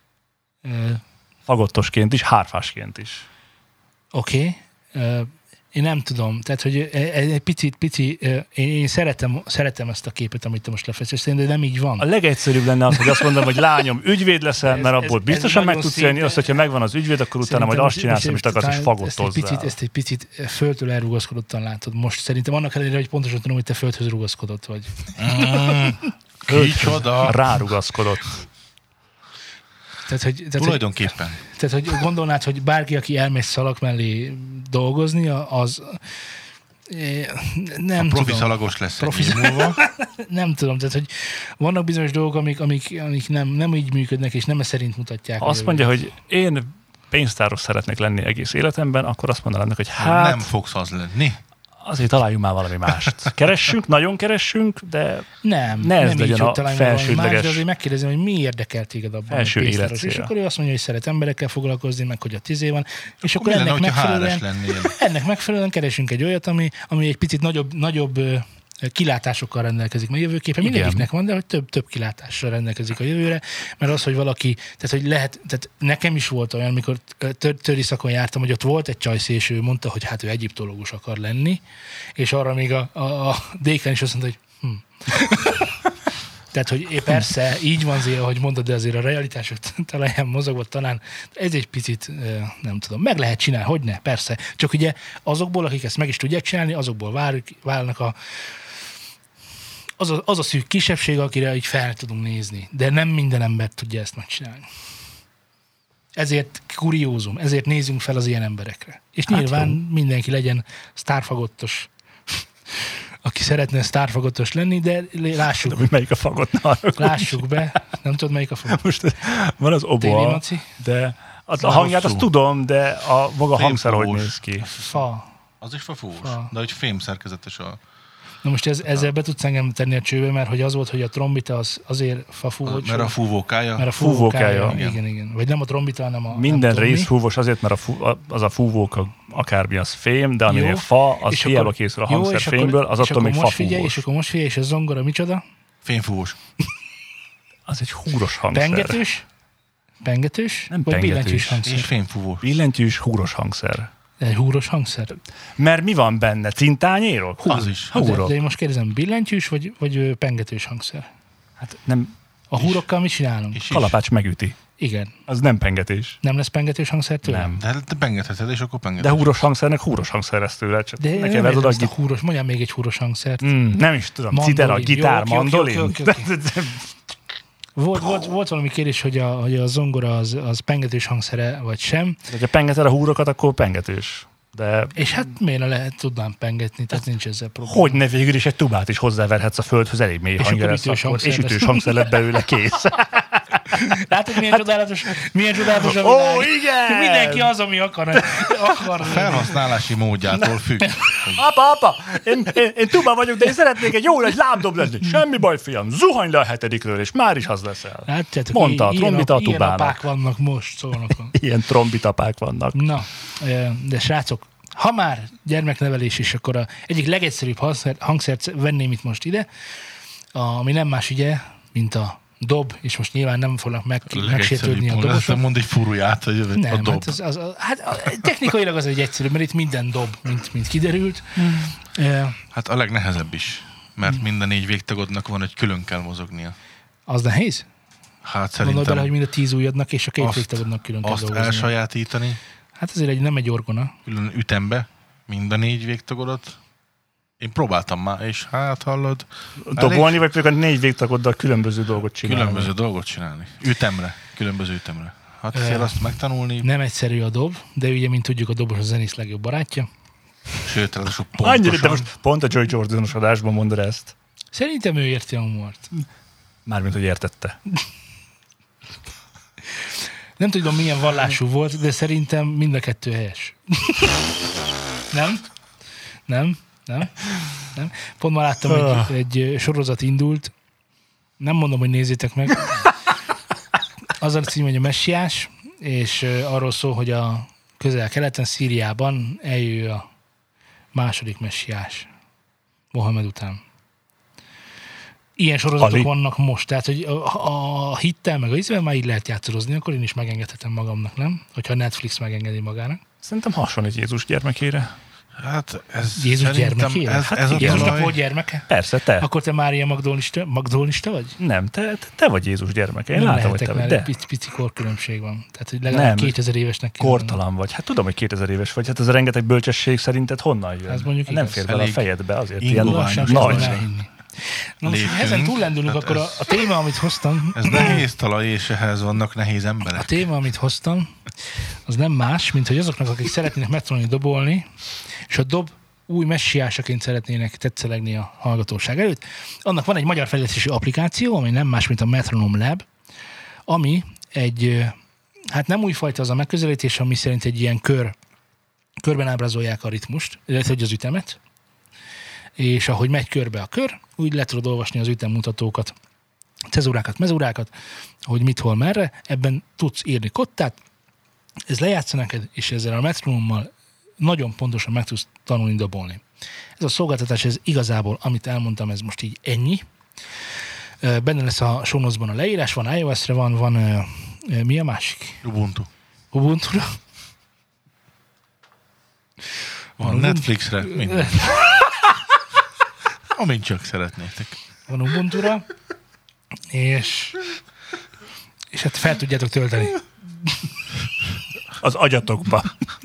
Fagottosként is, hárfásként is. Oké. Én nem tudom. Tehát, hogy egy pici én szeretem ezt a képet, amit te most lefestesz, de nem így van. A legegyszerűbb lenne az, hogy azt mondom, hogy lányom, ügyvéd leszel, mert abból biztosan meg tudsz élni, azt, hogyha megvan az ügyvéd, akkor utána majd azt csinálsz, amit akarsz, és fagottozzál. Ezt egy picit földtől elrugaszkodottan látod most. Szerintem annak ellenére, hogy pontosan tudom, hogy te földhöz rugaszkodott vagy. Kicsoda! Rárugaszkodott. Tulajdonképpen. Tehát, hogy gondolnád, hogy bárki, aki elmegy szalak mellé dolgozni, az nem tudom. Profi szalagos lesz egy év múlva. Nem tudom, tehát, hogy vannak bizonyos dolgok, amik nem így működnek, és nem szerint mutatják. Azt mondja, hogy én pénztáros szeretnék lenni egész életemben, akkor azt mondanám, hogy hát... Nem fogsz az lenni. Azért találjunk már valami mást. Keressünk, nagyon keressünk, de nem legyen a felsődleges. De azért megkérdezem, hogy mi érdekel téged abban, felső életcélja. És akkor ő azt mondja, hogy szeret emberekkel foglalkozni, meg hogy a 10 van. És akkor ennek megfelelően keresünk egy olyat, ami egy picit nagyobb kilátásokkal rendelkezik. Mert jövőképpen mindegyiknek van, de hogy több kilátással rendelkezik a jövőre, mert az, hogy valaki, tehát nekem is volt olyan, amikor töri szakon jártam, hogy ott volt egy csajsz, és ő mondta, hogy hát ő egyiptológus akar lenni, és arra még a dékán is azt mondta, hogy Tehát, hogy persze, így van Zéla, hogy mondod, de azért a realitások talaján mozogva talán ez egy picit, nem tudom, meg lehet csinálni, hogy ne, persze. Csak ugye azokból, akik ezt meg is tudják csinálni, azokból válnak az a szűk kisebbség, akire így fel tudunk nézni. De nem minden ember tudja ezt megcsinálni. Ezért kuriózum, ezért nézzünk fel az ilyen emberekre. És nyilván mindenki legyen sztárfagottos, aki szeretne sztárfagottos lenni, de lássuk. De melyik a fagott? Lássuk be. Nem tudod, melyik a fagott? Most van az oboa, de a hangját azt tudom, de a maga hangszer hogy néz ki. Fa. Az is fafús, de hogy fém szerkezetes a... Na most ezzel be tudsz engem tenni a csőbe, mert hogy az volt, hogy a trombita az azért fafú volt. Mert a fúvókája. Mert a fúvókája. Igen. Vagy nem a trombita, hanem a... Minden rész fúvós azért, mert az a fúvóka akármi az fém, de aminél fa, az hiába készül a hangszer fémből, az attól még fafúvós. És akkor most figyelj, és a zongora micsoda? Fémfúvós. Az egy húros hangszer. Pengetős? Nem vagy pengetős. billentyűs hangszer? És fémfúvós. Billentyűs, húros hangszer. Egy húros hangszer? Mert mi van benne? Cintányérok? Az is. Húrok. De én most kérdezem, billentyűs vagy pengetős hangszer? Hát nem, A húrokkal mit csinálunk? És kalapács megüti. Igen. Az nem pengetés. Nem lesz pengetős hangszer tőle? Nem. De pengetheted, és akkor pengetheted. De húros hangszernek húros hangszer lesz tőle. Csak De ne nem keverd oda ezt a húros, mondjam még egy húros hangszert. nem is tudom. Mandolin. Citera, gitár, Jó, mandolin. Volt valami kérdés, hogy a zongora az pengetős hangszere, vagy sem. Ha pengeted a húrokat, akkor pengetős. De És hát miért ne lehet tudnám pengetni, tehát nincs ezzel probléma. hogy ne végül is egy tubát is hozzáverhetsz a földhöz, elég mély hangja lesz ütős akkor, hangszer és ütős lesz. hangszer lett belőle, kész. Látod, milyen csodálatos a világ. Ó, igen! Mindenki az, ami akar. A felhasználási módjától függ. Apa, én tuba vagyok, de én szeretnék egy jó nagy lábdob lenni. Semmi baj, fiam, zuhany le a 7-ről, és már is az leszel. Látjátok, Mondta a trombita a ilyen tubának. apák vannak most Szolnokon. Ilyen trombitapák vannak. Na, de srácok, ha már gyermeknevelés is, akkor egyik legegyszerűbb hangszert venném itt most ide, ami nem más ugye, mint a dob, és most nyilván nem fognak megsértődni a dobosok. Mondd egy furuját, hogy a Nem, dob. technikailag az egy egyszerű, mert itt minden dob, mint kiderült. Hát a legnehezebb is. Mert minden 4 végtagodnak van, hogy külön kell mozognia. Az nehéz? Hát Gondolj bele, hogy szerintem mind a 10 ujjadnak és a 2 végtagodnak külön kell azt dolgozni. elsajátítani, Hát azért nem egy orgona. külön ütembe, mind a 4 végtagodat. Én próbáltam már, és hát hallod. Dobolni, vagy pedig a 4 végtagoddal különböző dolgot csinálni. Különböző dolgot csinálni. Ütemre. Különböző ütemre. Hát azért azt megtanulni, Nem egyszerű a dob, de ugye, mint tudjuk, a dobos a zenész legjobb barátja. sőt, ráadásul Annyira, de pontosan. most pont a Joy Jordanos adásban mondod ezt. Szerintem ő érti a humort. Mármint, hogy értette. Nem tudom, milyen vallású volt, de szerintem mind a kettő helyes. Nem? Pont ma láttam, egy sorozat indult. Nem mondom, hogy nézzétek meg. Az a cím, hogy a Messiás, és arról szól, hogy a közel-keleten, Szíriában eljő a második messiás Mohamed után. Ilyen sorozatok vannak most, tehát hogy a hittel meg a ízvel már így lehet játszadozni, akkor én is megengedhetem magamnak, nem? Hogyha Netflix megengedi magának. Szerintem hasonlít Jézus gyermekére. Hát ez Jézus szerintem gyermekére? ez a Jézusnak talaj. volt gyermeke? Persze, te. Akkor te Mária Magdolnista vagy? Nem, te vagy Jézus gyermeke. Én Nem látom, hogy lehetek, te vagy. mert De egy pici korkülönbség van. Tehát, hogy legalább Nem. 2000 évesnek kéne kortalan vagy. Hát tudom, hogy 2000 éves vagy. Hát ez a rengeteg bölcsesség szerinted honnan jön? Ez mondjuk nem igaz. fér bele a Elég fejedbe, azért ingoványos. ilyen Lassan nagy. kezdem elhinni. Na most, Léptünk. ezen túllendülünk, Hát akkor a téma, amit hoztam, Ez nehéz talaj, és ehhez vannak nehéz a emberek. téma, amit hoztam, az nem más, mint hogy azoknak, akik szeretnének megtanulni dobolni, és a dob új messiásaként szeretnének tetszelegni a hallgatóság előtt. Annak van egy magyar fejlesztési applikáció, ami nem más, mint a Metronome Lab, ami egy, hát nem újfajta az a megközelítés, ami szerint egy ilyen körben ábrázolják a ritmust, illetve az ütemet, és ahogy megy körbe a kör, úgy le tudod olvasni az ütemmutatókat, cezurákat, mezurákat, hogy mit, hol, merre, ebben tudsz írni kottát, ez lejátsza neked, és ezzel a metronommal nagyon pontosan meg tudsz tanulni dobolni. Ez a szolgáltatás, ez igazából, amit elmondtam, ez most így ennyi. Benne lesz a show notes-ban a leírás, van iOS-re, van mi a másik? Ubuntu. Ubuntu-ra? Van Netflixre, minden. Amint csak szeretnétek. Van Ubuntu-ra, és hát fel tudjátok tölteni. Az agyatokba.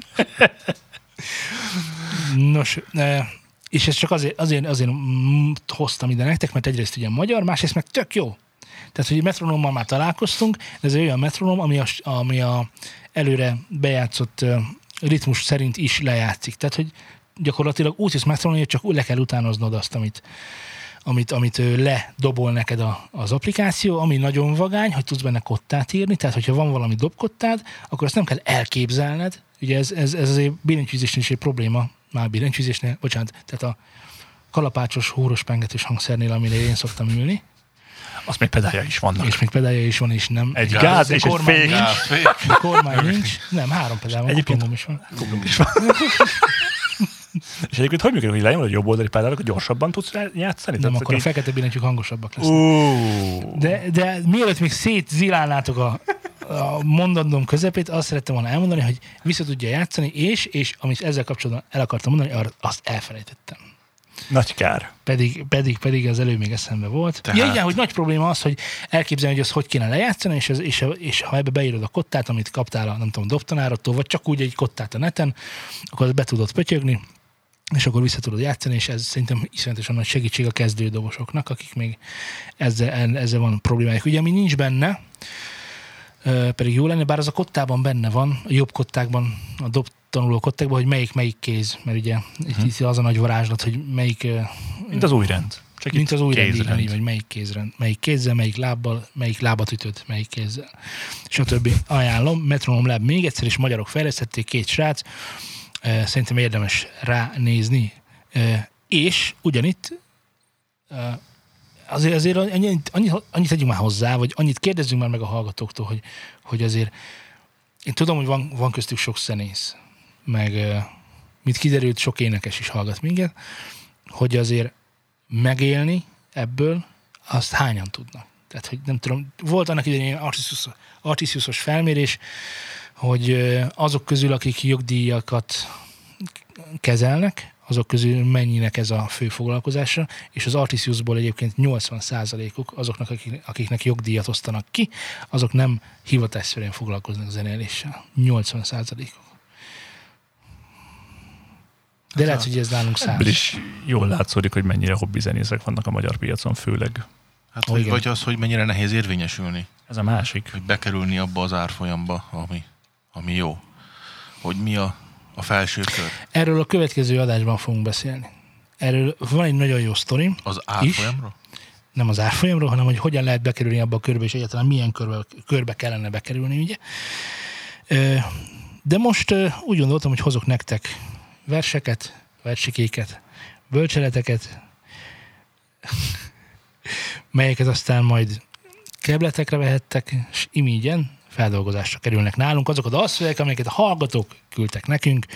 Nos, és ezt csak azért hoztam ide nektek, mert egyrészt ugye magyar, másrészt meg tök jó. Tehát, hogy metronommal már találkoztunk, de ez egy olyan metronom, ami a előre bejátszott ritmus szerint is lejátszik. Tehát, hogy gyakorlatilag úgy hisz metronom, hogy csak le kell utánoznod azt, amit ledobol neked az applikáció, ami nagyon vagány, hogy tudsz benne kottát írni, tehát hogyha van valami dobkottád, akkor azt nem kell elképzelned. Ugye ez azért billentyűzésnél is egy probléma, már billentyűzésnél, bocsánat, tehát kalapácsos, húros pengetős hangszernél, amire én szoktam ülni. Azt még pedálja is vannak. És még pedálja is van, és nem. Egy gáz és egy fék. A kormány nincs. Nem, 3 pedál van, kuplungom is van. És egyébként hogy működik, hogy lenyomod a jobb oldali pedálokat, gyorsabban tudsz játszani? Nem, akkor a fekete billentyűk hangosabbak lesznek. De mielőtt még szétzilálnátok a mondandóm közepét, azt szerettem volna elmondani, hogy vissza tudja játszani, és amit ezzel kapcsolatban el akartam mondani, azt elfelejtettem. Nagy kár. Pedig az előbb még eszembe volt. Tehát... Ja, igen, hogy nagy probléma az, hogy elképzelni, hogy azt hogy kéne lejátszani, és ha ebbe beírod a kottát, amit kaptál a, nem tudom, dobtanárodtól, vagy csak úgy egy kottát a neten, akkor azt be tudod pötyögni, és akkor vissza tudod játszani, és ez szerintem iszonyatosan nagy segítség a kezdődobosoknak, akik még ezzel van problémájuk. Ugye, ami nincs benne, pedig jó lenne, bár az a kottában benne van, a jobb kottákban, a dobtanuló kottákban, hogy melyik kéz, mert ugye itt az a nagy varázslat, hogy melyik... Mint az új rend. Csak mint az új rend, így, hogy melyik kézrend, melyik kézzel, melyik lábbal, melyik lábat ütöd, melyik kézzel. Stb. Ajánlom, Metronome Lab még egyszer, és magyarok fejlesztették, 2 srác, szerintem érdemes ránézni. És ugyanitt azért annyit tegyünk már hozzá, vagy annyit kérdezzünk már meg a hallgatóktól, hogy azért én tudom, hogy van köztük sok zenész, meg mit kiderült, sok énekes is hallgat minket, hogy azért megélni ebből, azt hányan tudnak. Tehát, hogy nem tudom, volt annak idején Artisiusos felmérés, hogy azok közül, akik jogdíjakat kezelnek, azok közül mennyinek ez a fő foglalkozása, és az Artisiusból egyébként 80%-uk azoknak, akiknek jogdíjat osztanak ki, azok nem hivatásszerűen foglalkoznak zenéléssel. 80%-uk. De lehet, hogy ez nálunk 100. Ebből is jól látszódik, hogy mennyire hobbizenészek vannak a magyar piacon főleg. Hát, vagy az, hogy mennyire nehéz érvényesülni. Ez a másik. Hogy bekerülni abba az árfolyamba, ami jó. Hogy mi a felső kör. Erről a következő adásban fogunk beszélni. Erről van egy nagyon jó sztorim. Az árfolyamról? Nem az árfolyamról, hanem hogy hogyan lehet bekerülni abba a körbe, és egyáltalán milyen körbe kellene bekerülni, ugye. De most úgy gondoltam, hogy hozok nektek verseket, versikéket, bölcseleteket, melyeket aztán majd kebletekre vehettek, és imígyen feldolgozásra kerülnek nálunk azok a dalszövegek, amelyeket a hallgatók küldtek nekünk,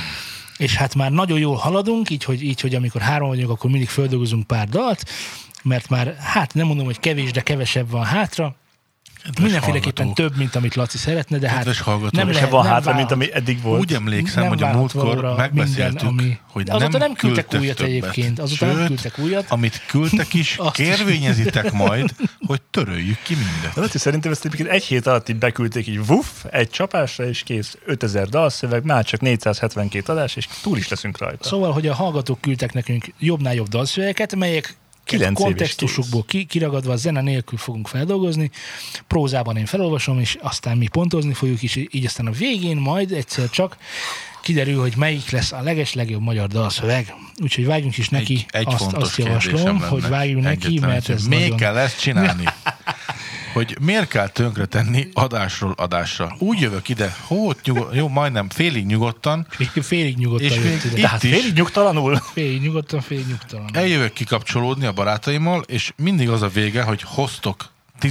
és hát már nagyon jól haladunk, így, hogy amikor 3 vagyunk, akkor mindig feldolgozunk pár dalt, mert már, hát nem mondom, hogy kevés, de kevesebb van hátra, mindenféleképpen több, mint amit Laci szeretne, de kedves hát nem lehet, van hátra, mint ami eddig volt. Úgy emlékszem, hogy a múltkor megbeszéltük, hogy azóta nem küldtek újat egyébként. Azóta nem küldtek újat. Amit küldtek is, kérvényezitek majd, hogy töröljük ki mindet. Laci, szerintem ezt egy hét alatt így beküldték így egy csapásra, és kész 5000 dalszöveg, már csak 472 adás, és túl is leszünk rajta. Szóval, hogy a hallgatók küldtek nekünk jobbnál jobb dalszövegeket, melyek kontextusukból kiragadva a zene nélkül fogunk feldolgozni. Prózában én felolvasom, és aztán mi pontozni fogjuk is, így aztán a végén majd egyszer csak kiderül, hogy melyik lesz a legjobb magyar dalszöveg. Úgyhogy vágjunk is neki, azt javaslom, hogy vágjunk neki, mert ez még nagyon... kell ezt csinálni. Hogy miért kell tönkretenni adásról adásra. Úgy jövök ide, jó, majdnem félig nyugodtan. Félig nyugodtan jött ide. Tehát félig nyugtalanul? Félig nyugodtan, félig nyugtalanul. Eljövök kikapcsolódni a barátaimmal, és mindig az a vége, hogy hoztok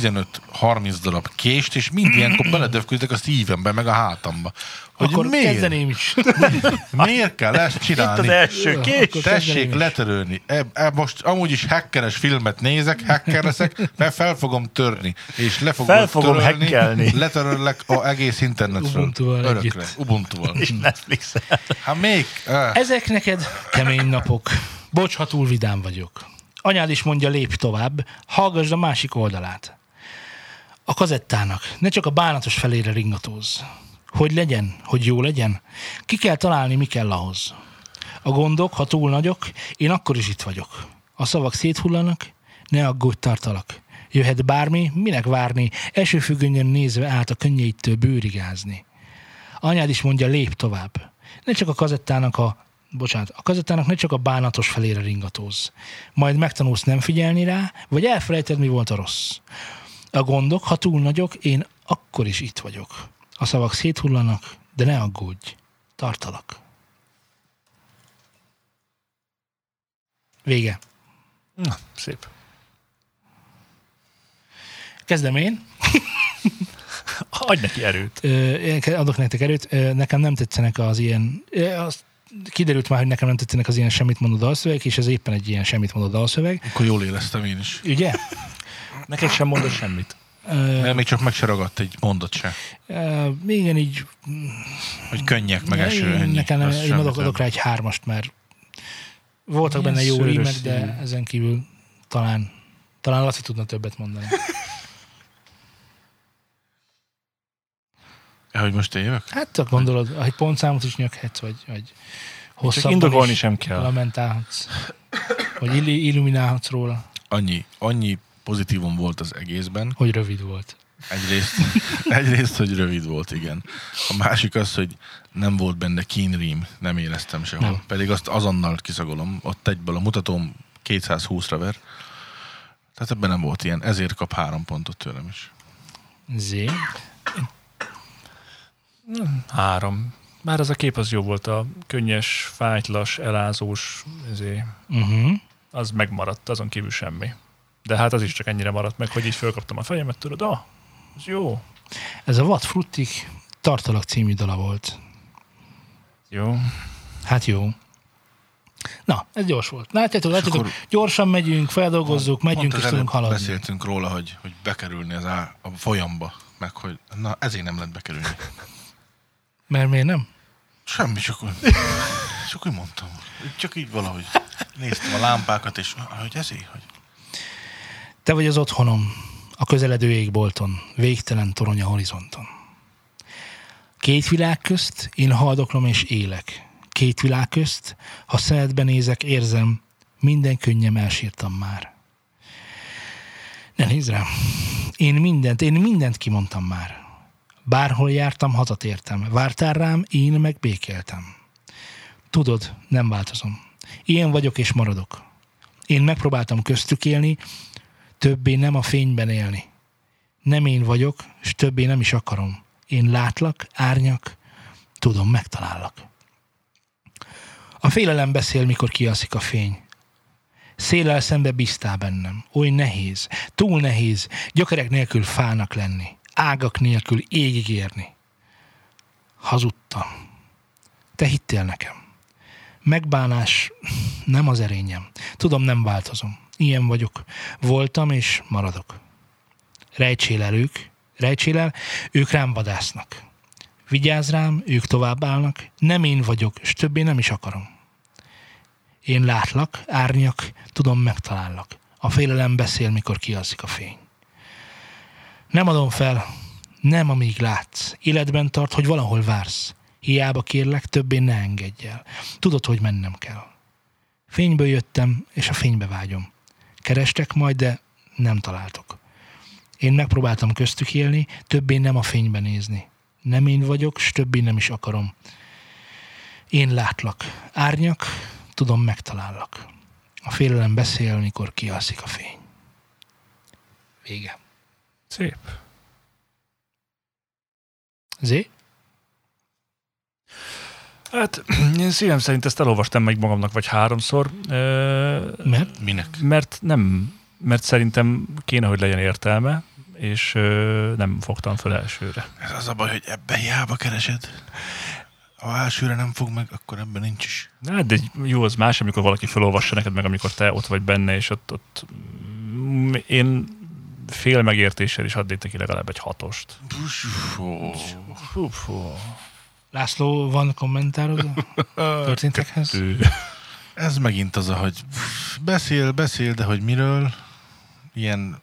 15-30 darab kést, és mind ilyenkor beledöfküldtek a szívembe, meg a hátamba. Hogy akkor miért? Kezdeném is. Miért kell ezt csinálni? Itt az első kés. Tessék letörölni. Most amúgy is hackeres filmet nézek, hacker leszek, mert fel fogom törni. És le fogom törölni, hackelni. Letöröllek az egész internetről. Ubuntuval örökre. Ubuntuval. És Netflix-el. Hát még... Ezek neked kemény napok. Bocs, ha túl vidám vagyok. Anyád is mondja, lépj tovább, hallgassd a másik oldalát. A kazettának ne csak a bánatos felére ringatózz. Hogy legyen, hogy jó legyen, ki kell találni, mi kell ahhoz. A gondok, ha túl nagyok, én akkor is itt vagyok. A szavak széthullanak, ne aggódj, tartalak. Jöhet bármi, minek várni, elsőfüggönyön nézve át a könnyeittől bőrigázni. Anyád is mondja, lépj tovább. Ne csak a kazettának ne csak a bánatos felére ringatózz. Majd megtanulsz nem figyelni rá, vagy elfelejted, mi volt a rossz. A gondok, ha túl nagyok, én akkor is itt vagyok. A szavak széthullanak, de ne aggódj, tartalak. Vége. Na, szép. Kezdem én. Adj neki erőt. Én adok nektek erőt. Nekem nem tetszenek az ilyen... Kiderült már, hogy nekem nem tetszenek az ilyen semmit mondó dalszövegek, és ez éppen egy ilyen semmit mondó dalszöveg. Akkor jól éreztem én is. Ugye? Neked sem mondod semmit. Még csak meg se ragadt egy mondat se. Igen, így... Hogy könnyek, meg eső. ennyi. Nekem nem, Az én semmit adok rá egy 3-ast, mert voltak Milyen benne jó szőrös rímek, de szívű. ezen kívül talán Laci tudna többet mondani. Hogy most én jövök? Hát csak gondolod, hogy pontszámot is nyöghetsz, vagy Csak hosszabban indokolni is sem kell. lamentálhatsz, vagy illuminálhatsz róla, Annyi pozitívum volt az egészben. hogy rövid volt. Egyrészt, hogy rövid volt, igen. A másik az, hogy nem volt benne keen rím, nem éreztem sehol. Nem. Pedig azt azonnal kiszagolom. Ott egyből a mutatóm 220-ra ver. Tehát ebben nem volt ilyen. Ezért kap 3 pontot tőlem is. Zé. 3. Már az a kép az jó volt, a könnyes, fájtlas, elázós, az megmaradt, azon kívül semmi. De hát az is csak ennyire maradt meg, hogy így fölkaptam a fejemet, tudod, ez jó. Ez a What Fruitig Tartalak című dala volt. Jó. Hát jó. Na, ez gyors volt. Látjátok, akkor gyorsan megyünk, feldolgozzuk, megyünk pont és az tudunk előbb haladni. beszéltünk róla, hogy bekerülni a folyamba, meg hogy na ezért nem lehet bekerülni. Mert miért nem? Semmi, csak úgy mondtam. Csak így valahogy néztem a lámpákat, és hogy ezért, hogy... Te vagy az otthonom, a közeledő égbolton, végtelen torony a horizonton. Két világ közt én haldoklom és élek. Két világ közt, ha szemedbe nézek, érzem, minden könnyem elsírtam már. Ne nézz rám. Én mindent kimondtam már. Bárhol jártam, hazatértem. Vártál rám, én meg békéltem. Tudod, nem változom. Ilyen vagyok és maradok. Én megpróbáltam köztük élni, többé nem a fényben élni. Nem én vagyok, és többé nem is akarom. Én látlak, árnyak, tudom, megtalállak. A félelem beszél, mikor kialszik a fény. Széllel szembe bíztál bennem. Oly nehéz, túl nehéz, gyökerek nélkül fának lenni. Ágak nélkül égig érni. Hazudtam. Te hittél nekem. Megbánás nem az erényem. Tudom, nem változom. Ilyen vagyok. Voltam és maradok. Rejtsél el, ők rám vadásznak. Vigyázz rám, ők tovább állnak. Nem én vagyok, és többé nem is akarom. Én látlak, árnyak, tudom, megtalállak. A félelem beszél, mikor kialszik a fény. Nem adom fel, nem amíg látsz. Életben tart, hogy valahol vársz. Hiába kérlek, többé ne engedj el. Tudod, hogy mennem kell. Fényből jöttem, és a fénybe vágyom. Kerestek majd, de nem találtok. Én megpróbáltam köztük élni, többé nem a fénybe nézni. Nem én vagyok, s többé nem is akarom. Én látlak. Árnyak, tudom, megtalállak. A félelem beszél, mikor kialszik a fény. Vége. Szép. Zé? Hát én szívem szerint ezt elolvastam meg magamnak vagy 3-szor. Mert? Minek? Mert szerintem kéne, hogy legyen értelme, és nem fogtam fel elsőre. Ez az a baj, hogy ebben hiába keresed. Ha elsőre nem fog meg, akkor ebben nincs is. Hát, de jó, az más, amikor valaki felolvassa neked meg, amikor te ott vagy benne, és ott én fél megértéssel is adnék neki legalább egy 6-ost. László, van kommentárod a történtekhez? Ez megint az, hogy beszél, de hogy miről? Ilyen,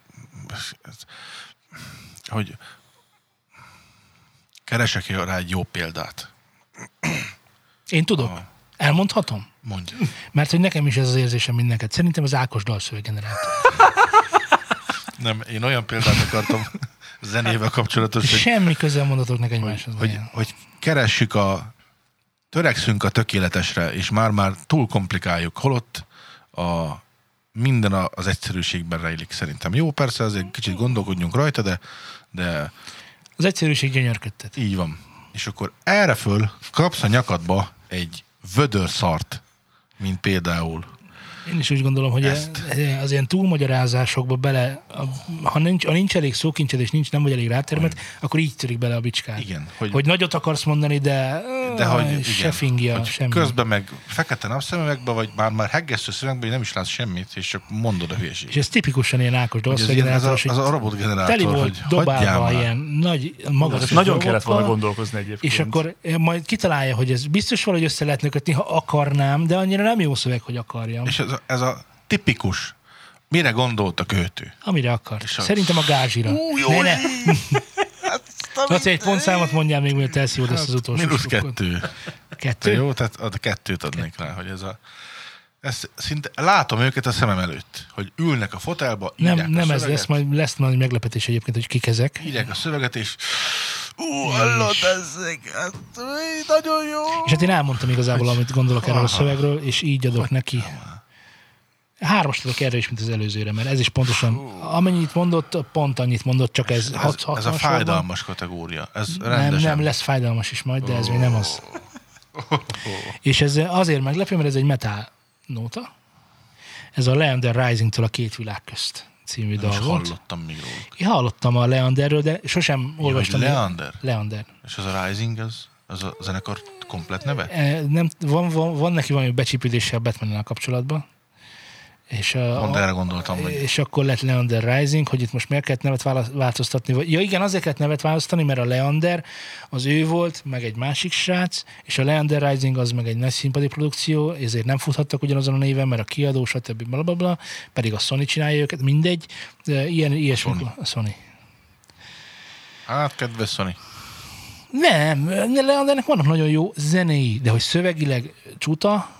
hogy keresek rá egy jó példát. Én tudok. Elmondhatom? Mondja. Mert hogy nekem is ez az érzésem, mint neked. Szerintem az Ákos dalszöveggenerátor. Nem, én olyan példát akartam zenével kapcsolatos, hogy, Semmi közel mondatoknak egymáshoz. hogy keressük törekszünk a tökéletesre, és már túl komplikáljuk, holott minden az egyszerűségben rejlik szerintem. Jó, persze, azért kicsit gondolkodjunk rajta, de az egyszerűség gyönyörködtet. így van. És akkor erre föl kapsz a nyakadba egy vödör szart, mint például Én is úgy gondolom, hogy az ilyen túlmagyarázásokba bele, ha nincs elég szókincsed, és nem vagy elég rátermet, akkor így törik bele a bicskát. Igen. Hogy nagyot akarsz mondani, de hogy se fingja, semmi. Közben meg fekete napszemüvegbe, vagy már heggesztő szövegben, hogy nem is látsz semmit, és csak mondod a hülyeséget. És ez tipikusan ilyen Ákos dolgszögenerátor. Az a robotgenerátor, teli volt dobálva ilyen nagy magatos nagyon kellett volna gondolkozni egyébként. És akkor majd kitalálja, hogy ez biztos valahogy össze lehetne kötni, ha akarnám, de annyira nem jó szöveg, hogy akarjam. És ez a tipikus, mire gondolt a költő? Amire akar. Szerintem a gázsira. Ne. Laci, egy pontszámot mondjál még, mielőtt elszívod ezt az utolsó. -2. 2? Jó, tehát a 2-t adnék rá, hogy ez szinte látom őket a szemem előtt, hogy ülnek a fotelba, nem ez lesz majd meglepetés egyébként, hogy kik ezek. Írják a szöveget, és hallod, ezek, nagyon jó. És hát én elmondtam igazából, amit gondolok erről a szövegről, és így adok neki. 3-as adok erre is, mint az előzőre, mert ez is pontosan, amennyit mondott, pont annyit mondott, csak ez 6 Ez a fájdalmas kategória. Ez rendesen. Nem, lesz fájdalmas is majd, de ez még nem az. És ez azért meglepő, mert ez egy metal nóta. Ez a Leander Rising-től a Két világ közt című dal volt. Hallottam még róluk. Én hallottam a Leanderről, de sosem olvastam. Leander? Leander. És az a Rising, az a zenekar komplet neve? Nem, van neki valami becsípődése a Batman-nel kapcsolatban. És pont erre gondoltam. És akkor lett Leander Rising, hogy itt most miért kellett nevet változtatni. Ja igen, azért kellett nevet változtatni, mert a Leander az ő volt, meg egy másik srác, és a Leander Rising az meg egy nagy színpadi produkció, ezért nem futhattak ugyanazon a néven, mert a kiadó, stb. Blablabla, pedig a Sony csinálja őket, mindegy. Ilyesmi. A Sony. Hát, kedves Sony. Nem, Leandernek vannak nagyon jó zenéi, de hogy szövegileg csuta,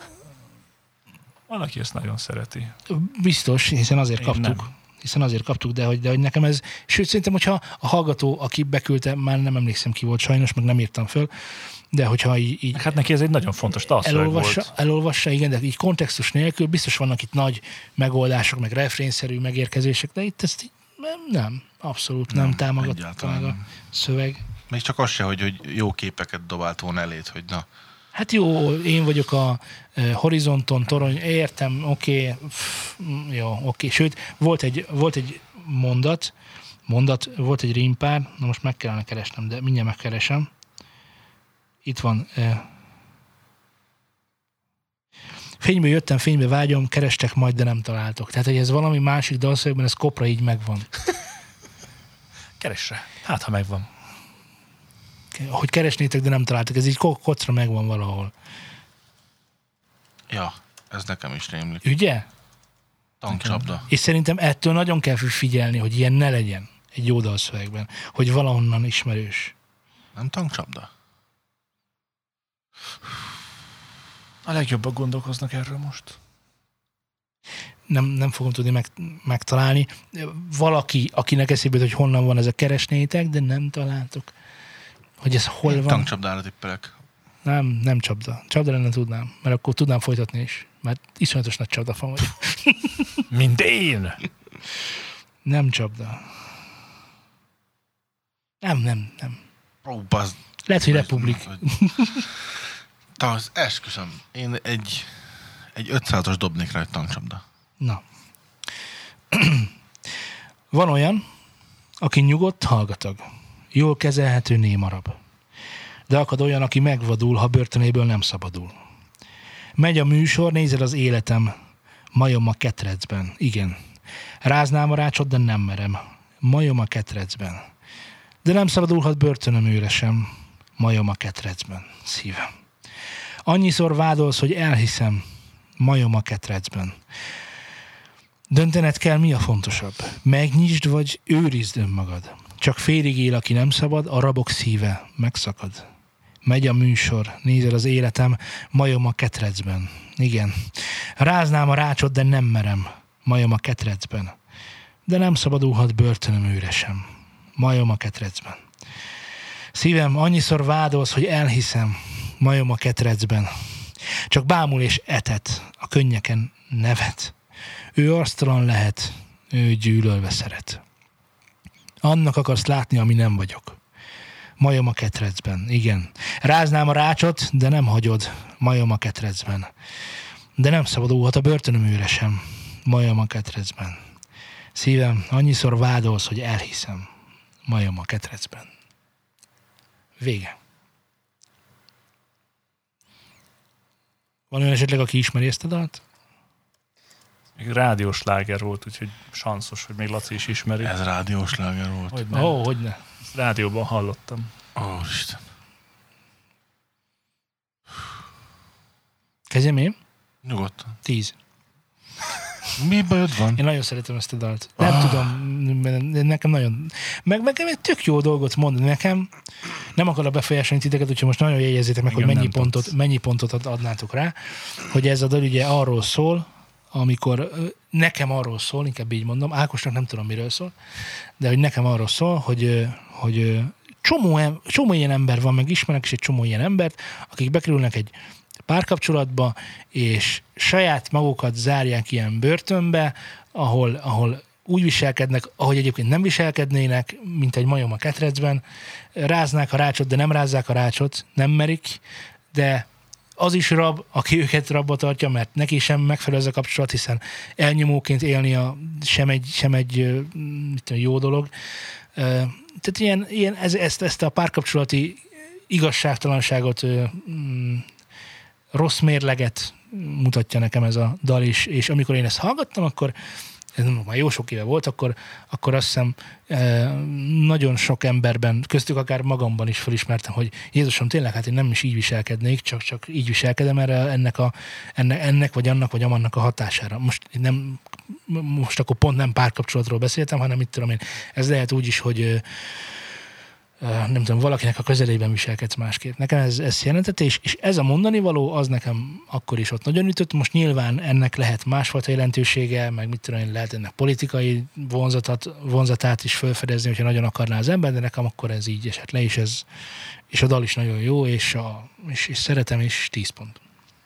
van, aki ezt nagyon szereti. Biztos, hiszen azért kaptuk, de hogy nekem ez... Sőt, szerintem, hogyha a hallgató, aki beküldte, már nem emlékszem ki volt sajnos, meg nem írtam föl, de hogyha így hát neki ez egy nagyon fontos dalszöveg volt. Elolvassa, igen, de így kontextus nélkül biztos vannak itt nagy megoldások, meg refrénszerű megérkezések, de itt ezt nem, abszolút nem támogatta meg a szöveg. Még csak az se, hogy jó képeket dobált volna elét, hogy na. Hát jó, én vagyok a horizonton, torony, értem, oké. Sőt, volt egy mondat, volt egy rímpár, na most meg kellene keresnem, de mindjárt megkeresem. Itt van. Fényből jöttem, fénybe vágyom, kerestek majd, de nem találtok. Tehát, hogy ez valami másik dalszövegben, ez kopra így megvan. Keresse. Hát, ha megvan. Hogy keresnétek, de nem találtak. Ez így kocra megvan valahol. Ja, ez nekem is rémlik. Ugye? Tankcsapda. És szerintem ettől nagyon kell figyelni, hogy ilyen ne legyen egy jó dalszövegben. Hogy valahonnan ismerős. Nem tankcsapda? A legjobbak gondolkoznak erről most. Nem fogom tudni megtalálni. Valaki, akinek eszébe, hogy honnan van ez a keresnétek, de nem találtok. Hogy ez hol van. Tankcsapdára tippelek. Nem csapda. Csapda lenne tudnám, mert akkor tudnám folytatni is. Mert iszonyatos nagy csapdafan vagyok. Mint én! Nem csapda. Nem. Ó, bazd. Lehet, hogy Republik. Esküszöm. Én egy 500-as dobnék rá egy tankcsapda. Na. Van olyan, aki nyugodt, hallgatag. Jól kezelhető némarab. De akad olyan, aki megvadul, ha börtönéből nem szabadul. Megy a műsor, nézed az életem, majom a ketrecben. Igen. Ráznám a rácsot, de nem merem. Majom a ketrecben. De nem szabadulhat börtönöm őre sem. Majom a ketrecben. Szívem. Annyiszor vádolsz, hogy elhiszem. Majom a ketrecben. Döntened kell, mi a fontosabb. Megnyisd, vagy őrizd önmagad. Csak félig él, aki nem szabad, a rabok szíve megszakad. Megy a műsor, nézed az életem, majom a ketrecben. Igen. Ráznám a rácsot, de nem merem. Majom a ketrecben. De nem szabadulhat börtönöm őre sem. Majom a ketrecben. Szívem, annyiszor vádolsz, hogy elhiszem. Majom a ketrecben. Csak bámul és etet, a könnyeken nevet. Ő arctalan lehet, ő gyűlölve szeret. Annak akarsz látni, ami nem vagyok. Majom a ketrecben, igen. Ráznám a rácsot, de nem hagyod. Majom a ketrecben. De nem szabadulhat a börtönöm üresen. Majom a ketrecben. Szívem, annyiszor vádolsz, hogy elhiszem. Majom a ketrecben. Vége. Van olyan esetleg, aki ismeri ezt a dalt? Még rádiós sláger volt, úgyhogy sanszos, hogy még Laci is ismeri. Ez rádiós sláger volt. Hogyne. Ezt rádióban hallottam. Isten. Kezdjem én? Nyugodtan. 10. Mi bajod van? Én nagyon szeretem ezt a dalt. Nem tudom, nekem nagyon... Meg egy tök jó dolgot mondani nekem. Nem akarok befolyásolni titeket, úgyhogy most nagyon jegyezzétek meg, Igen, hogy mennyi pontot adnátok rá. Hogy ez a dal ugye arról szól, amikor nekem arról szól, inkább így mondom, Ákosnak nem tudom miről szól, de hogy nekem arról szól, hogy csomó ilyen ember van, meg ismerek is egy csomó ilyen embert, akik bekerülnek egy párkapcsolatba, és saját magukat zárják ilyen börtönbe, ahol úgy viselkednek, ahogy egyébként nem viselkednének, mint egy majom a ketrecben. Ráznák a rácsot, de nem rázzák a rácsot, nem merik, de az is rab, aki őket rabba tartja, mert neki sem megfelelő ez a kapcsolat, hiszen elnyomóként élni sem egy jó dolog. Tehát ilyen ezt a párkapcsolati igazságtalanságot, rossz mérleget mutatja nekem ez a dal is, és amikor én ezt hallgattam, akkor ez már jó sok éve volt, akkor azt hiszem nagyon sok emberben, köztük akár magamban is felismertem, hogy Jézusom, tényleg, hát én nem is így viselkednék, csak így viselkedem erre ennek vagy annak, vagy amannak a hatására. Most akkor pont nem párkapcsolatról beszéltem, hanem mit tudom én, ez lehet úgy is, hogy nem tudom, valakinek a közelében viselkedsz másképp. Nekem ez jelentette, és ez a mondani való, az nekem akkor is ott nagyon ütött. Most nyilván ennek lehet másfajta jelentősége, meg mit tudom én, lehet ennek politikai vonzatát is felfedezni, hogyha nagyon akarná az ember, de nekem akkor ez így esett le, és a dal is nagyon jó, és szeretem, és 10 pont.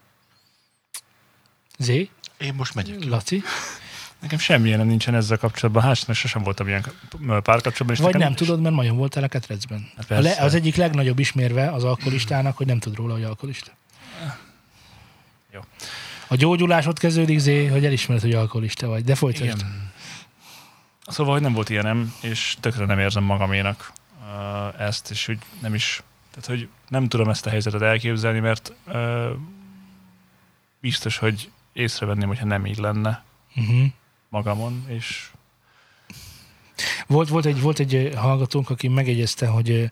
Zé? Én most megyek. Laci? Nekem semmilyen nincsen ezzel kapcsolatban. Hál' sosem voltam ilyen párkapcsolatban. Vagy nem tudod, mert nagyon voltál a ketrecben. Az egyik legnagyobb ismérve az alkoholistának, hogy nem tud róla, hogy alkoholista. Jó. A gyógyulás ott kezdődik, Zé, hogy elismered, hogy alkoholista vagy. De folytasd. Szóval, hogy nem volt ilyenem, és tökre nem érzem magaménak ezt, és úgy nem is... Tehát, hogy nem tudom ezt a helyzetet elképzelni, mert biztos, hogy észrevenném, hogyha nem így lenne magamon, és... Volt egy hallgatónk, aki megjegyezte, hogy